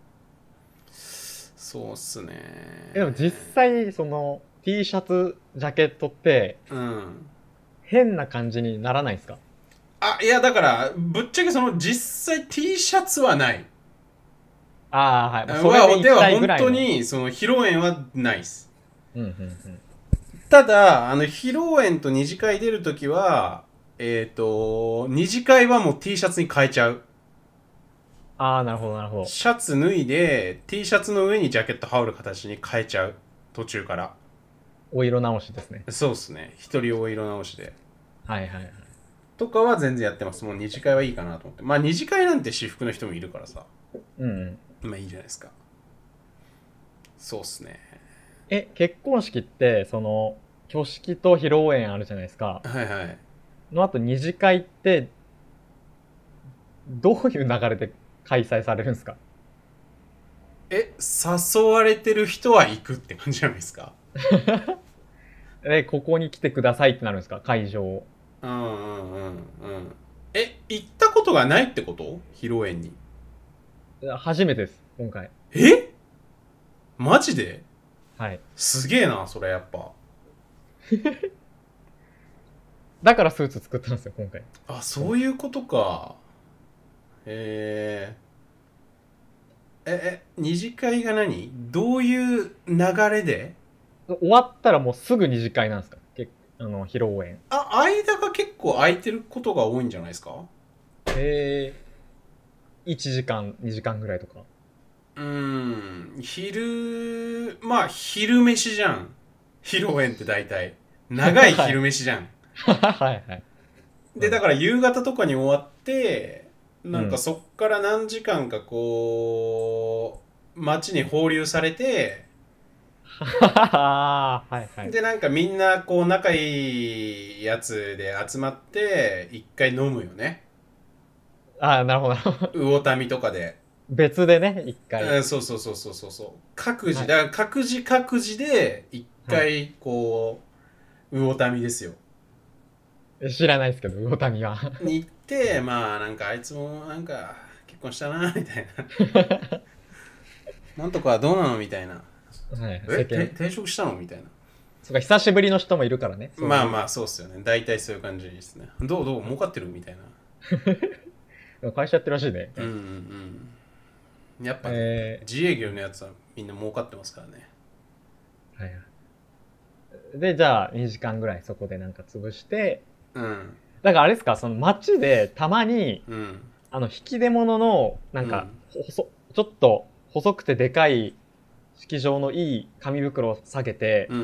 そうっすね。 でも実際その T シャツジャケットってうん変な感じにならないですか？ あ、いやだからぶっちゃけその実際 T シャツはない。 ああはい。 まあ、 それででは本行きたいぐらいの。 当にその披露宴はないっす。 うんうんうん。 ただあの披露宴と二次会出るときはえっ、ー、と二次会はもう T シャツに変えちゃう。 ああなるほどなるほど。 シャツ脱いで T シャツの上にジャケット羽織る形に変えちゃう。途中から。 お色直しですね。 そうっすね。一人お色直しで。 はいはいはい。 とかは全然やってます。もう二次会はいいかなと思って。まあ二次会なんて私服の人もいるからさ。 うんうん。 まあいいじゃないですか。そうっすね。 え、結婚式ってその挙式と披露宴あるじゃないですか。 はいはい。 の後二次会ってどういう流れで開催されるんですか？ え、誘われてる人は行くって感じじゃないですか。 え、ここに来てくださいってなるんですか？会場。 うんうんうんうん。え、行ったことがないってこと？披露宴に。 初めてです、今回。 え？マジで？ はい。 すげえな、それやっぱ。 だからスーツ作ったんですよ、今回。 あ、そういうことか。へえ。え、え、二次会が何？どういう流れで？ 終わったらもうすぐ二次会なんですか？けあの、披露宴。 あ、間が結構空いてることが多いんじゃないですか？ えー、いちじかん、にじかんぐらいとか。 うーん、昼、まあ昼飯じゃん。 披露宴って大体長い昼飯じゃんはいはい。 でだから夕方とかに終わってなんかそっから何時間かこう街に放流されてはいはい。 でなんかみんなこう仲いいやつで集まって一回飲むよね。 ああ、なるほどなるほど。 魚民とかで別でね、一回。 うん、そうそうそうそうそうそう各自、 はいだから各自各自で一はい回こう魚民ですよ知らないですけど、魚民は。 に行ってまあなんかあいつもなんか結婚したなみたいななんとかどうなのみたいなはい、 え世間。 転職したのみたいなそうか、久しぶりの人もいるからね。 まあまあそうっすよね大体そういう感じですねどうどう儲かってるみたいな会社やってるらしいね。 うんうんうんやっぱね、 えー、 自営業のやつはみんな儲かってますからねはいはい。で、じゃあにじかんぐらいそこでなんか潰して、 うんだからあれですか、その街でたまに、 うん、 あの、引き出物の、なんか、うん、細ちょっと細くてでかい式場のいい紙袋を下げて、 うんうん、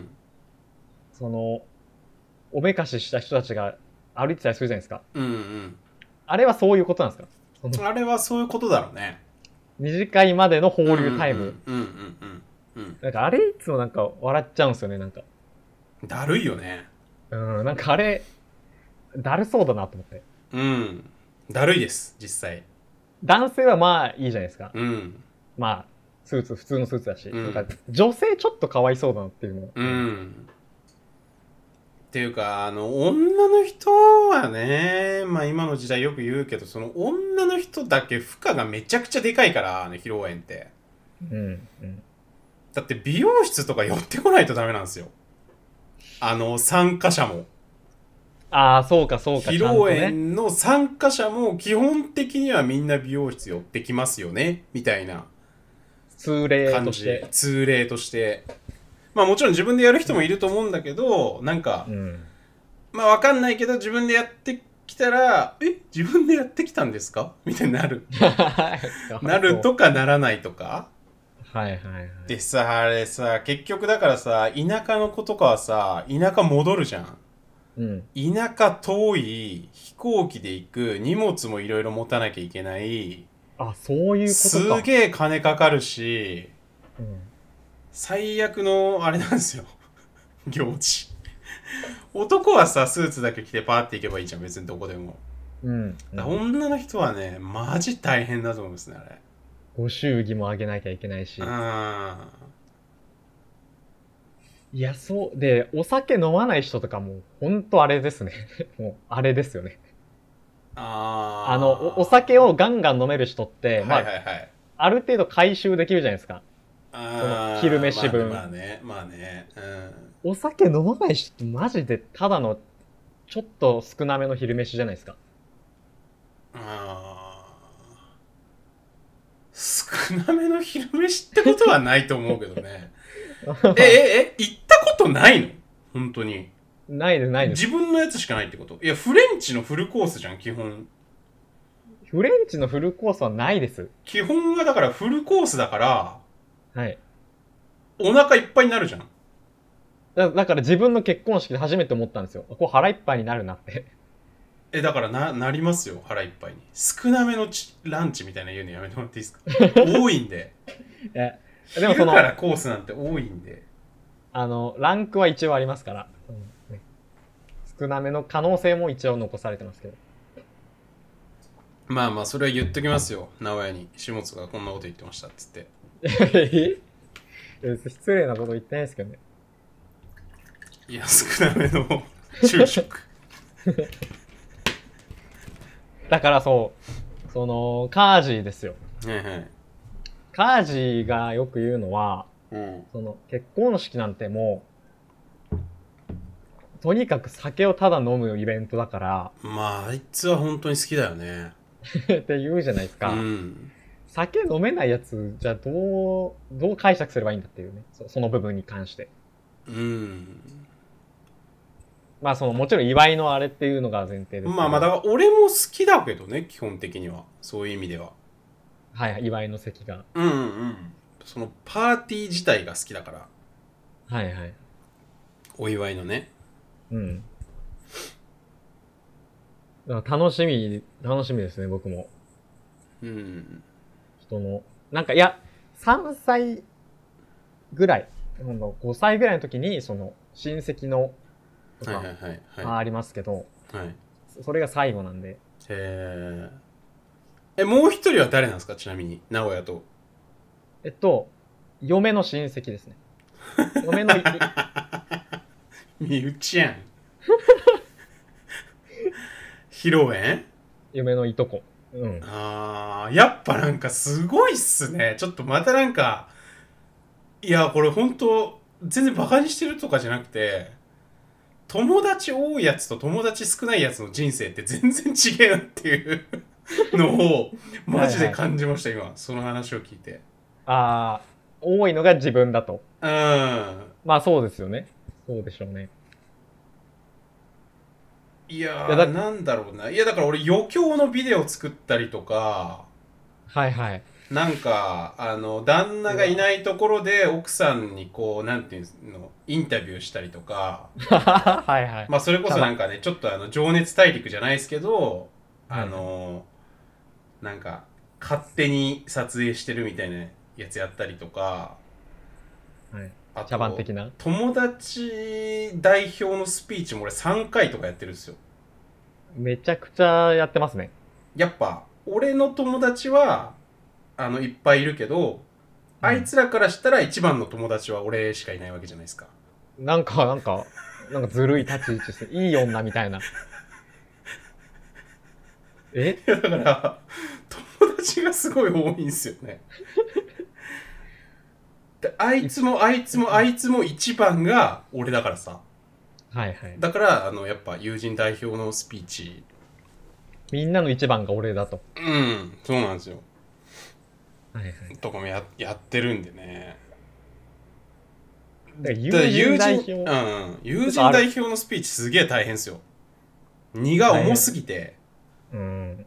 その、おめかしした人たちが歩いてたりするじゃないですか。 うんうん、 あれはそういうことなんですか？あれはそういうことだろうね。 二次会までの放流タイム。 うんうんうんうん。 なんかあれいつもなんか笑っちゃうんですよね、なんか。 だるいよね。 うん、なんかあれ、だるそうだなと思って。 うん。だるいです、実際。 男性はまあいいじゃないですか。 うん。 まあ、スーツ、普通のスーツだし。 うん、 なんか女性ちょっとかわいそうだなっていうの。 うん。っていうか、あの、女の人はね、まあ今の時代よく言うけど、その女の人だけ負荷がめちゃくちゃでかいから、あの披露宴って。 うん。うん。 だって美容室とか寄ってこないとダメなんですよ。あの、参加者も。 ああ、そうかそうか。 披露宴の参加者も基本的にはみんな美容室寄ってきますよね、みたいな通例として。 通例として。まあもちろん自分でやる人もいると思うんだけど、なんか、うん、まあわかんないけど自分でやってきたら、え、自分でやってきたんですかみたいになる。なるとかならないとか。 はいはいはい。 でさ、あれさ、結局だからさ、田舎の子とかはさ、田舎戻るじゃん。うん、田舎遠い、飛行機で行く、荷物もいろいろ持たなきゃいけない。 あ、そういうことか。 すげえ金かかるし、うん、最悪のあれなんですよ行事男はさスーツだけ着てパーって行けばいいじゃん別にどこでも、うんうん、女の人はねマジ大変だと思うんですねあれ。 ご祝儀もあげなきゃいけないし。あいやそうでお酒飲まない人とかもほんとあれですねもうあれですよね。ああの お, お酒をガンガン飲める人って、まあ、はいはいはい、ある程度回収できるじゃないですか。その昼飯分。 まあね、まあね、まあね、うん。 お酒飲まない人ってマジでただのちょっと少なめの昼飯じゃないですか。 あ少なめの昼飯ってことはないと思うけどね。え、え、え、行ったことないの？本当に。 ないです、ないです。 自分のやつしかないってこと？いや、フレンチのフルコースじゃん、基本。 フレンチのフルコースはないです。 基本はだからフルコースだから、 はい。 お腹いっぱいになるじゃん。 だ, だから自分の結婚式で初めて思ったんですよ。こう腹いっぱいになるなって。 え、だからな、なりますよ、腹いっぱいに。少なめのチランチみたいな言うのやめてもらっていいですか？多いんで。え、でもその。昼からコースなんて多いんで。 あの、ランクは一応ありますから。うんね、少なめの可能性も一応残されてますけど。 まあまあ、それは言っときますよ。直哉に。下津がこんなこと言ってましたっつって。 え失礼なこと言ってないですけどね。 いや、少なめの昼食。 だからそう、その、カージーですよ。 はいはい。 カージーがよく言うのは、うん、その結婚式なんてもう、とにかく酒をただ飲むイベントだから。 まあ、あいつは本当に好きだよね。 って言うじゃないですか。うん、酒飲めないやつ、じゃあどう、どう解釈すればいいんだっていうね。そ, その部分に関して。うん。まあそのもちろん祝いのあれっていうのが前提ですけど。 まあまあだから俺も好きだけどね基本的にはそういう意味では。 はい、祝いの席が。 うんうん。そのパーティー自体が好きだから。 はいはい。 お祝いのね。 うん。だから楽しみ、楽しみですね、僕も。 うん。 人の。なんか、いや、さんさいぐらい、ごさいぐらいの時に、その、親戚の、とか、 はいはいはいはい。 ありますけど、 はい。 それが最後なんで。 へえ。え、もう一人は誰なんですか、ちなみに、名古屋と。 えっと、嫁の親戚ですね。嫁のい、 身内やん。披露宴。 嫁のいとこ。うん。 あー、やっぱなんかすごいっすね。ちょっとまたなんか、いや、これ本当全然バカにしてるとかじゃなくて、友達多いやつと友達少ないやつの人生って全然違えなっていうのを、マジで感じました、はいはい、今。その話を聞いて。 ああ、多いのが自分だと。 うん。 まあそうですよね。そうでしょうね。 いやー、 いやだなんだろうな。いや、だから俺余興のビデオ作ったりとか、 はいはい。 なんか、あの、旦那がいないところで奥さんにこう、なんていうの、インタビューしたりとか、 はいはい。 まあそれこそなんかね、ちょっとあの、情熱大陸じゃないですけど、あはいはい、 の、なんか、勝手に撮影してるみたいなやつやったりとか、 はい。 あ茶番と、 的な。 友達代表のスピーチも俺さんかいとかやってるんですよ。 めちゃくちゃやってますね。 やっぱ、俺の友達は、あの、いっぱいいるけど、あいつらからしたら一番の友達は俺しかいないわけじゃないですか。 うん、なんか、なんか、なんかずるい立ち位置して、いい女みたいな。えいや、だから、友達がすごい多いんですよね。であいつもあいつもあいつも一番が俺だからさ。 はいはい。 だから、あの、やっぱ友人代表のスピーチ。 みんなの一番が俺だと。 うん、そうなんですよ。 はいはい。 とかも や, やってるんでね。 だからだ友人代人、 表。 うん、友人代表のスピーチすげえ大変ですよ。荷が重すぎて。 うん。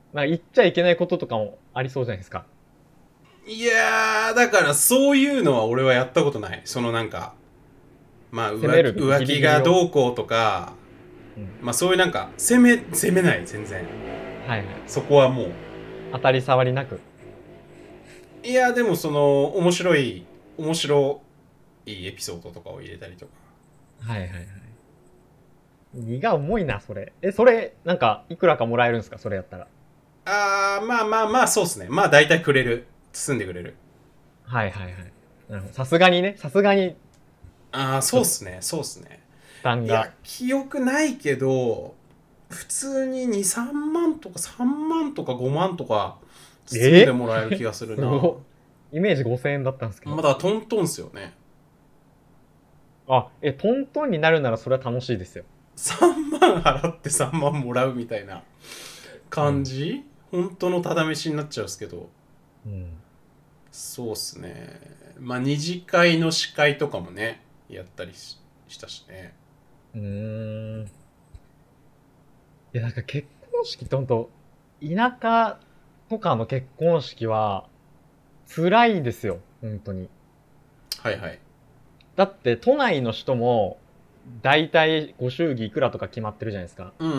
まあ言っちゃいけないこととかもありそうじゃないですか。 いやー、だからそういうのは俺はやったことない。そのなんか、まあ浮攻める気浮気がどうこうとか、うん、まあそういうなんか、攻め、攻めない、全然。 はいはい。 そこはもう。 当たり障りなく。 いや、でもその、面白い、面白いエピソードとかを入れたりとか。 はいはいはい。荷が重いな、それ。え、それ、なんか、いくらかもらえるんですか、それやったら。 あー、まあまあまあ、そうっすね。まあ大体くれる。包んでくれる。 はいはいはい。なるほど。さすがにね、さすがに。 ああ、そうっすね、そうっすね。いや、記憶ないけど、普通にに、さんまんとかさんまんとかごまんとか包んでもらえる気がするな。 イメージごせんえんだったんですけど。 まだトントンっすよね。 あ、え、トントンになるならそれは楽しいですよ。 さんまん払ってさんまんもらうみたいな感じ、うん、本当のただ飯になっちゃうんですけど。うん。そうっすね。まあ、二次会の司会とかもね、やったり し, したしね。 うーん。いや、なんか結婚式ってほんと、田舎とかの結婚式は、辛いですよ、本当に。 はいはい。 だって、都内の人も、だいたいご祝儀いくらとか決まってるじゃないですか。 うんうん。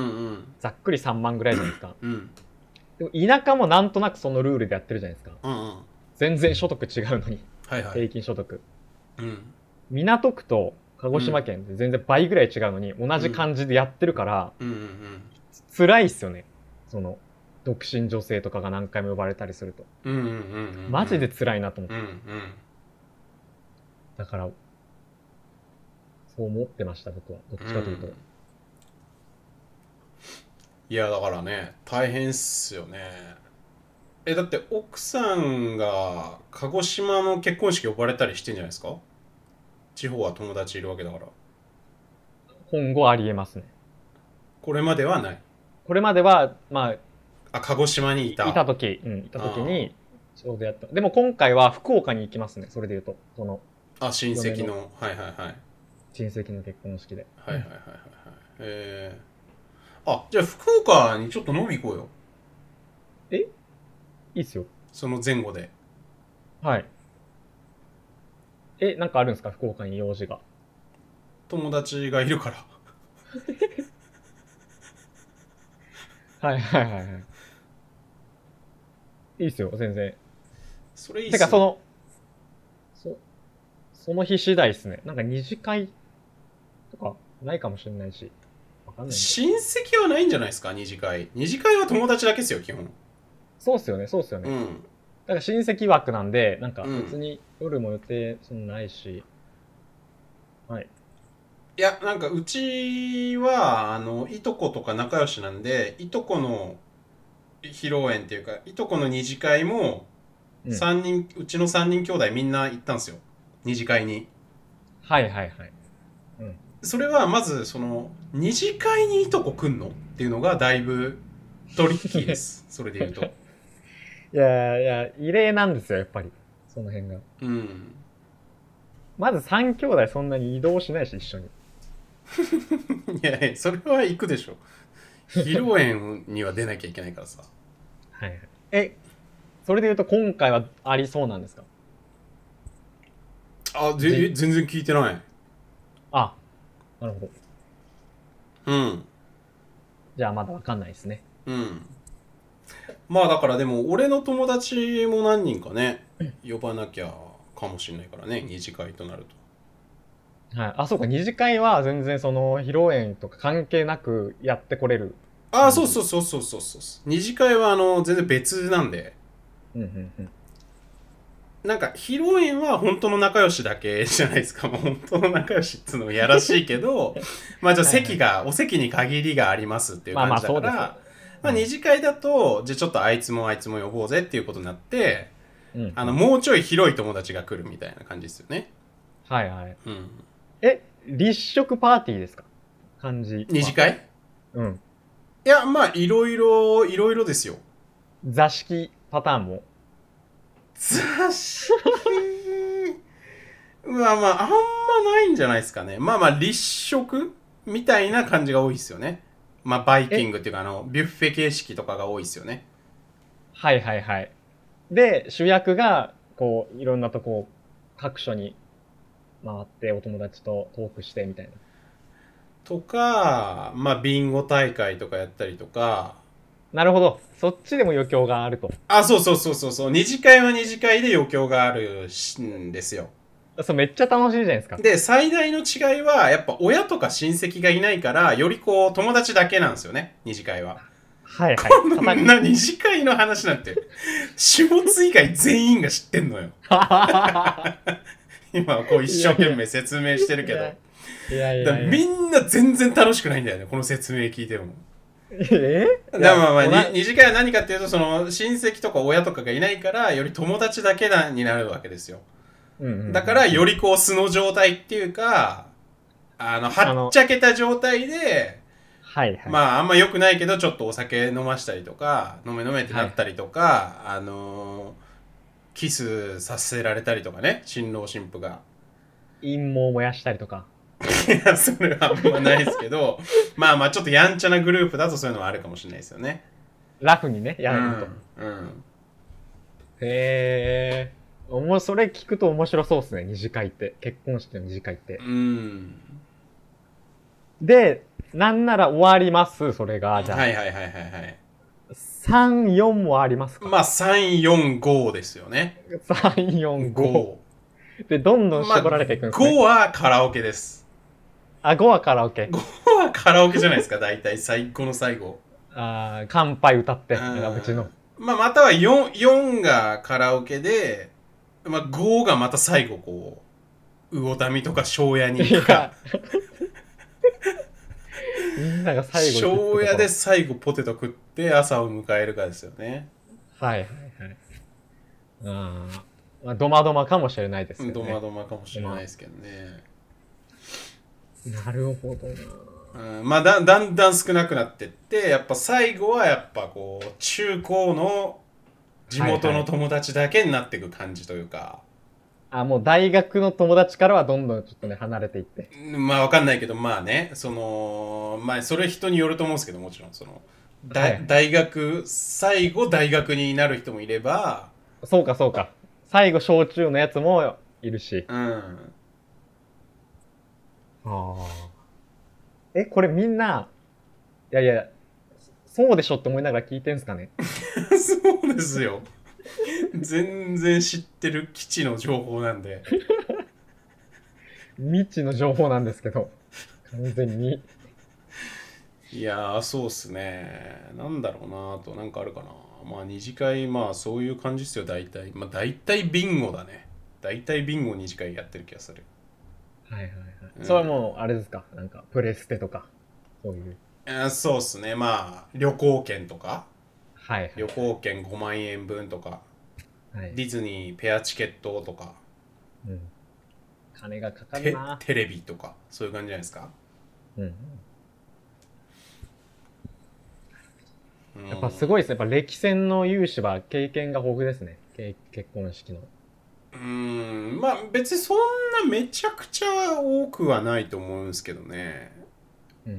ざっくりさんまんぐらいじゃないですか。 うん。 でも田舎もなんとなくそのルールでやってるじゃないですか。 うんうん。 全然所得違うのに。 はいはい。 平均所得。 うん。 港区と鹿児島県って全然倍ぐらい違うのに、同じ感じでやってるから、うんうんうんうん、辛いっすよね。その、独身女性とかが何回も呼ばれたりすると。うんうんうんうん、マジで辛いなと思って。うんうん、だから、そう思ってました、僕は。どっちかというと。うん、 いや、だからね、大変っすよね。え、だって奥さんが鹿児島の結婚式呼ばれたりしてんじゃないですか？地方は友達いるわけだから。 今後ありえますね。 これまではない。 これまでは、まあ、あ、鹿児島にいた。 いた時、うん、いた時に、ちょうどやった。でも今回は福岡に行きますね、それで言うと。その、 あ、親戚の、はいはいはい。 親戚の結婚式で。 はいはいはいはい。えー、あ、じゃあ福岡にちょっと飲み行こうよ。 えいいっすよ。 その前後で。 はい。え、なんかあるんですか、福岡に用事が。 友達がいるからはいはいはいはい。いいっすよ、全然。 それいいっすね。 てか、その、そ、その日次第っすね。なんか二次会とかないかもしれないし。わかんない。 親戚はないんじゃないですか、二次会。二次会は友達だけですよ、基本。 そうっすよね、そうっすよね。 うん。 だから親戚枠なんで、なんか別に夜も予定そんなないし。うん、はい。 いや、なんかうちは、あの、いとことか仲良しなんで、いとこの披露宴っていうか、いとこの二次会も、三人、うん、うちのさんにん兄弟みんな行ったんですよ。二次会に。 はいはいはい。 うん。それはまず、その、二次会にいとこ来んのっていうのがだいぶトリッキーです。それで言うと。いやいや、異例なんですよ、やっぱり。その辺が。 うん。 まずさん兄弟そんなに移動しないし、一緒に。 いやいや、それは行くでしょ。披露宴には出なきゃいけないからさ。 はい。え、それで言うと今回はありそうなんですか？ あ、ぜ全然聞いてない。 あ、なるほど。 うん。 じゃあまだわかんないですね。 うん。まあだからでも俺の友達も何人かね、呼ばなきゃかもしれないからね、二次会となると。はい。あ、そうか、二次会は全然その披露宴とか関係なくやってこれる。 ああ、そうそうそうそうそうそう。二次会はあの全然別なんで。うんうんうん。なんか披露宴は本当の仲良しだけじゃないですか。もう本当の仲良しっていうのもやらしいけど、まあじゃあ席が、はいはい、お席に限りがありますっていう感じだから、まあまあそうです。まあ二次会だと、じゃあちょっとあいつもあいつも呼ぼうぜっていうことになって、うん、あの、もうちょい広い友達が来るみたいな感じですよね。 はいはい。うん。え、立食パーティーですか？感じ。 二次会？ うん。 いや、まあ、いろいろ、いろいろですよ。 座敷パターンも？ 座敷まあまあ、あんまないんじゃないですかね。まあまあ、立食みたいな感じが多いですよね。まあ、バイキングっていうか、あの、ビュッフェ形式とかが多いですよね。 はいはいはい。で、主役が、こう、いろんなとこ、各所に回ってお友達とトークしてみたいな。 とか、まあ、ビンゴ大会とかやったりとか。 なるほど。そっちでも余興があると。 あ、そうそうそうそうそう。二次会は二次会で余興があるんですよ。 そう、めっちゃ楽しいじゃないですか。 で、最大の違いは、やっぱ親とか親戚がいないから、よりこう、友達だけなんですよね。二次会は。 はいはい。 こんな二次会の話なんて、始末以外全員が知ってんのよ。今はこう一生懸命説明してるけど。いやいやいや、みんな全然楽しくないんだよね、この説明聞いても。えだまあまあ、二次会は何かっていうと、その親戚とか親とかがいないから、より友達だけになるわけですよ。うんうんうん、だから、よりこう素の状態っていうか、あの、はっちゃけた状態で、はいはい、まああんま良くないけど、ちょっとお酒飲ましたりとか、飲め飲めってなったりとか、はい、あのー、キスさせられたりとかね、新郎新婦が。 陰謀燃やしたりとか。 いや、それはあんまないですけど、まあまあちょっとやんちゃなグループだとそういうのはあるかもしれないですよね。 ラフにね、やると。うん。うん、へー。もうそれ聞くと面白そうですね、二次会って。結婚式の二次会って。うん。で、なんなら終わります、それが。じゃあ。はいはいはいはいはい。さん、よんもありますか？ まあ、さん、よん、ごですよね。 さん、よん、ご。で、どんどん絞られていくんですね。 まあ、ごはカラオケです。 あ、ごはカラオケ。 ごはカラオケじゃないですか、大体、最後の最後。 ああ、乾杯歌って、うちの。 まあ、またはよん、よんがカラオケで、まあ、ごがまた最後こう、魚民とか庄屋に行くか。みんなが最後庄屋で最後ポテト食って朝を迎えるかですよね。 はいはいはい。あまあ、ドマドマかもしれないですけどね。ドマドマかもしれないですけどね。 なるほどな。うん、まあだ、だんだん少なくなってって、やっぱ最後はやっぱこう、中高の地元の友達だけになっていく感じというか。はいはい、 あ、もう大学の友達からはどんどんちょっとね、離れていって。 まあわかんないけど、まあね、その、まあそれ人によると思うんですけど、もちろん、その、だ、はい、大学、最後大学になる人もいれば。 そうかそうか。最後小中のやつもいるし。うん。 ああ。え、これみんな、いやいや、そうでしょって思いながら聞いてんすかね。 そうですよ。全然知ってる基地の情報なんで。 未知の情報なんですけど、完全に。 いやー、そうっすね。なんだろうなあと、なんかあるかな。まあ、二次会、まあ、そういう感じっすよ、大体。まあ、大体ビンゴだね。大体ビンゴ二次会やってる気がする。 はいはいはい。 うん、 それはもう、あれですか、なんか、プレステとか、そういう。 あ、そうっすね。まあ、旅行券とか、 はいはい。 旅行券ごまんえんぶんとか、はい、ディズニーペアチケットとか、 うん、金がかかるな。 テ、テレビとか、そういう感じじゃないですか。うん。 うん、やっぱすごいですね。やっぱ歴戦の有志は経験が豊富ですね。結婚式の。 うーん、まあ別にそんなめちゃくちゃ多くはないと思うんですけどね。うん。うん、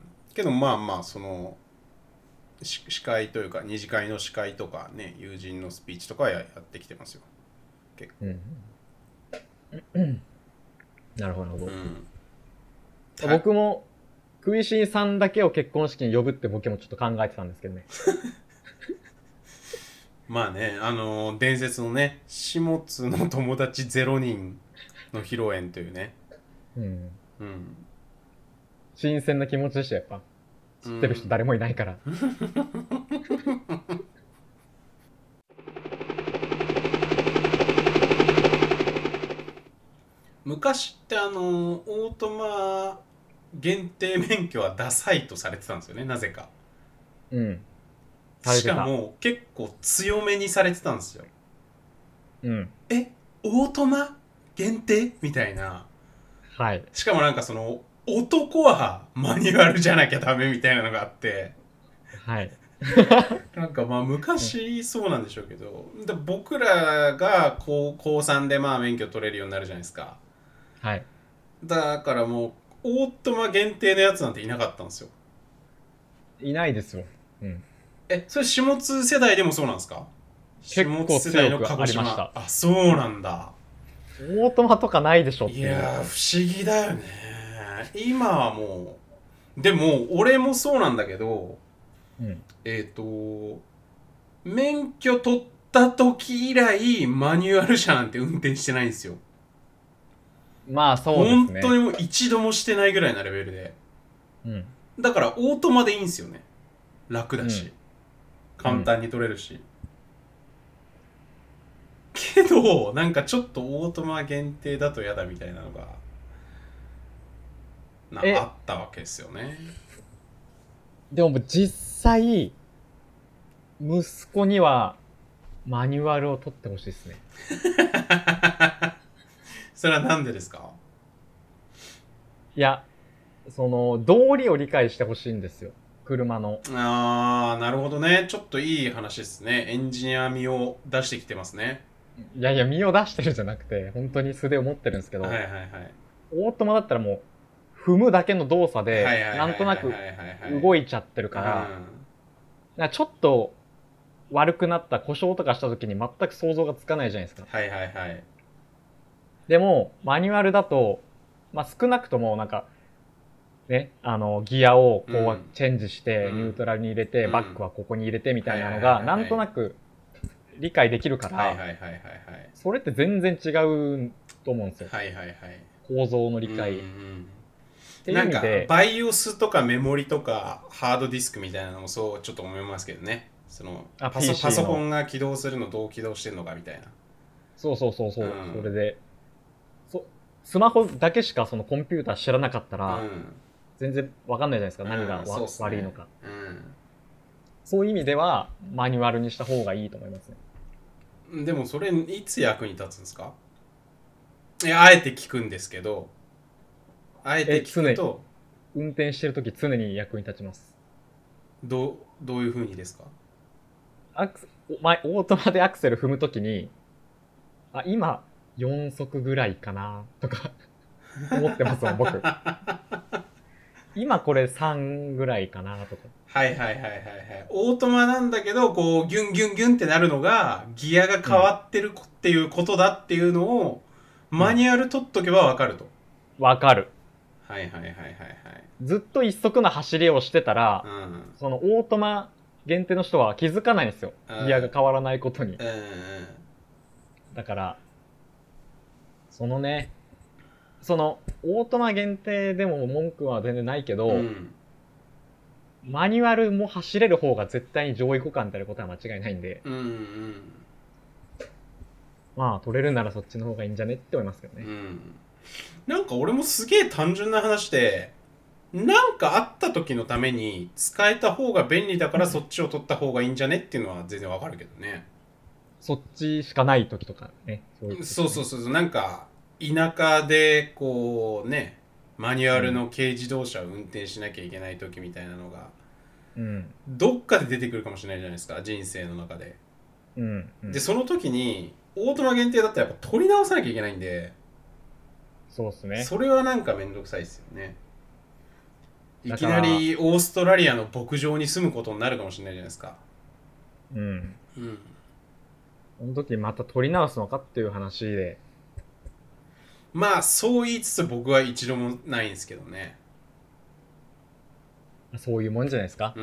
けどまあまあ、その、司会というか二次会の司会とかね、友人のスピーチとかは や, やってきてますよ、結構。 うん、なるほど、うん、僕も食いしんさんだけを結婚式に呼ぶってボケもちょっと考えてたんですけどね。 まあね、あのー、伝説のね、下津の友達ゼロにんの披露宴というね。うん、 うん、新鮮な気持ちでしたやっぱ。知ってる人誰もいないから。 昔ってあのオートマ限定免許はダサいとされてたんですよね、なぜか。うん。しかも結構強めにされてたんですよ。うん。え、オートマ限定みたいな。はい。しかもなんかその男はマニュアルじゃなきゃダメみたいなのがあって。はい。なんかまあ昔そうなんでしょうけど、で僕らが高高さんでまあ免許取れるようになるじゃないですか。はい。だからもうオートマ限定のやつなんていなかったんですよ。 いないですよ。うん。 え、それ下津世代でもそうなんですか？下津世代の鹿児島。結構強くありました。あ、そうなんだ。 オートマとかないでしょっていう。いやー不思議だよね。今はもうでも俺もそうなんだけど、うん、えっ、ー、と免許取った時以来マニュアル車なんて運転してないんですよ。 まあそうですね。 本当にもう一度もしてないぐらいなレベルで。うん。だからオートマでいいんですよね。楽だし、うん、簡単に取れるし。うん、けどなんかちょっとオートマ限定だと嫌だみたいなのがなあったわけですよね。 でも実際息子にはマニュアルを取ってほしいですね。 それはなんでですか？ いや、その道理を理解してほしいんですよ、車の。 あー、なるほどね。ちょっといい話ですね。エンジニア味を出してきてますね。 いやいや、身を出してるんじゃなくて本当に素で思ってるんですけど、はいはいはい、オートマだったらもう踏むだけの動作でなんとなく動いちゃってるから、ちょっと悪くなった故障とかした時に全く想像がつかないじゃないですか。はいはいはい。でもマニュアルだと、まあ、少なくともなんかね、あのギアをこうチェンジしてニュートラルに入れて、うん、バックはここに入れてみたいなのがなんとなく理解できるから、それって全然違うと思うんですよ。はいはいはい。構造の理解。うんうん、 っていう意味でなんかバイオスとかメモリとかハードディスクみたいなのもそうちょっと思いますけどね。そのパソ、パソコンが起動するのどう起動してるのかみたいな。 そうそうそうそう、うん、それでそスマホだけしかそのコンピューター知らなかったら、うん、全然わかんないじゃないですか、何が、うん、ね、悪いのか、うん、そういう意味ではマニュアルにした方がいいと思いますね。でもそれいつ役に立つんですか？いや、あえて聞くんですけど、あえて聞くと運転してるとき常に役に立ちます。 どう、どういう風にですか？ アクオートマでアクセル踏むときに、あ、今よん速ぐらいかなとか思ってますもん僕。今これさんぐらいかなとか。 はいはいはいはいはい。オートマなんだけどこうギュンギュンギュンってなるのがギアが変わってるっていうことだっていうのを、うん、マニュアル取っとけばわかると。 わかる。 はいはいはいはいはい。 ずっと一足の走りをしてたら、 うん、 そのオートマ限定の人は気づかないんですよ。ギアが変わらないことに。 うんうん、 だから、そのね、そのオートマ限定でも文句は全然ないけど、うん、マニュアルも走れる方が絶対に上位互換であることは間違いないんで、 うんうん、 まあ取れるならそっちの方がいいんじゃねって思いますけどね。 うん、なんか俺もすげえ単純な話で、なんかあった時のために使えた方が便利だからそっちを取った方がいいんじゃねっていうのは全然わかるけどね。 そっちしかない時とかね。 そういう、ね、そうそうそう、なんか田舎でこうね、マニュアルの軽自動車を運転しなきゃいけない時みたいなのが、うん、どっかで出てくるかもしれないじゃないですか、人生の中で。うんうん、でその時にオートマ限定だったらやっぱ取り直さなきゃいけないんで、 そうっすね。 それはなんかめんどくさいですよね。いきなりオーストラリアの牧場に住むことになるかもしれないじゃないですか。うん。うん。 その時また取り直すのかっていう話で。 まあそう言いつつ僕は一度もないんですけどね。 そういうもんじゃないですか。うん。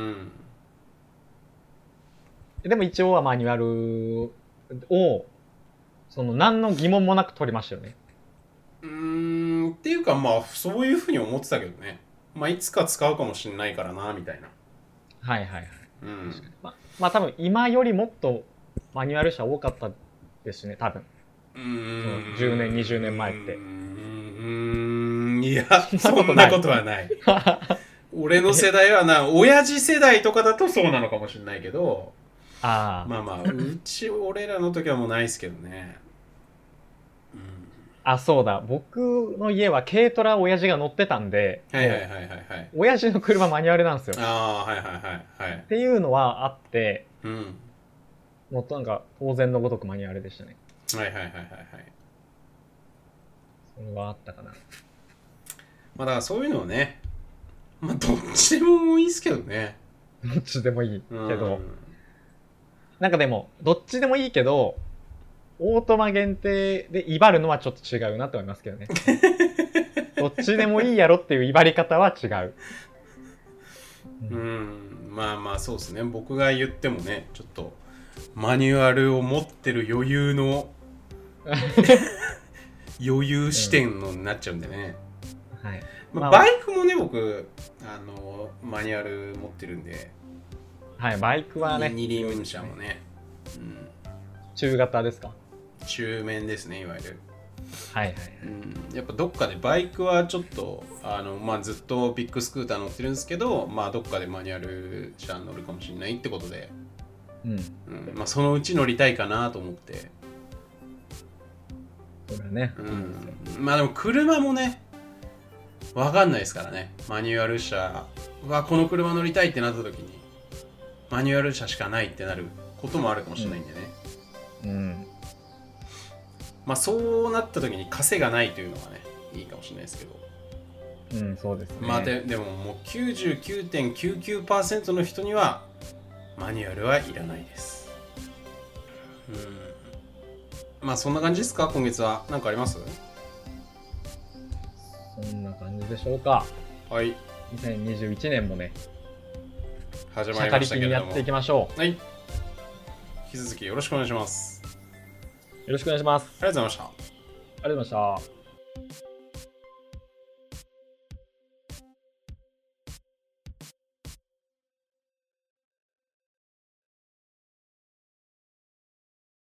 でも一応はマニュアルをその何の疑問もなく取りましたよね。 うーんっていうかまあそういうふうに思ってたけどね。まあいつか使うかもしれないからなみたいな。 はいはいはい。うん。ま, まあ多分今よりもっとマニュアル車多かったですね多分。うーん。じゅうねんにじゅうねんまえって。うーんいやそんなことはない。俺の世代はな親父世代とかだとそうなのかもしれないけど。あまあまあうち俺らの時はもうないですけどね。 うん、あそうだ僕の家は軽トラ親父が乗ってたんで、 はいはいはいはいはい、 親父の車マニュアルなんですよ。 ああはいはいはいはい。 っていうのはあって、うん、もっとなんか当然のごとくマニュアルでしたね。 はいはいはいはいはい。 それはあったかな。 まあだからそういうのをね、まあどっちでもいいですけどね。 どっちでもいいけど。うんなんかでも、どっちでもいいけど、オートマ限定で威張るのはちょっと違うなと思いますけどね。どっちでもいいやろっていう威張り方は違う。 うん、うんまあまあそうですね。僕が言ってもね、ちょっとマニュアルを持ってる余裕の余裕視点のになっちゃうんでね。うん、はい。まあ、バイクもね、僕あのマニュアル持ってるんで。 はい、バイクはね。 二輪車もね、 うん。中型ですか？ 中面ですね、いわゆる。 はいはい、はいうん。やっぱどっかでバイクはちょっと、あの、まあずっとビッグスクーター乗ってるんですけど、まあどっかでマニュアル車乗るかもしれないってことで、うん。うん、まあそのうち乗りたいかなと思って。 そうだね。 うん。まあでも車もね、わかんないですからね。マニュアル車はこの車乗りたいってなった時に、マニュアル車しかないってなることもあるかもしれないんでね。うん。うん、まあそうなった時に稼がないというのがね、いいかもしれないですけど。 うん、そうですね。 まあで、でももう きゅうじゅうきゅうてんきゅうきゅうパーセント の人にはマニュアルはいらないです。うん。まあそんな感じですか、今月は。何かあります？ そんな感じでしょうか。 はい。 にせんにじゅういちねんもね。 始まりましたけれども、 やっていきましょう。はい。引き続きよろしくお願いします。 よろしくお願いします。 ありがとうございました。 ありがとうございました。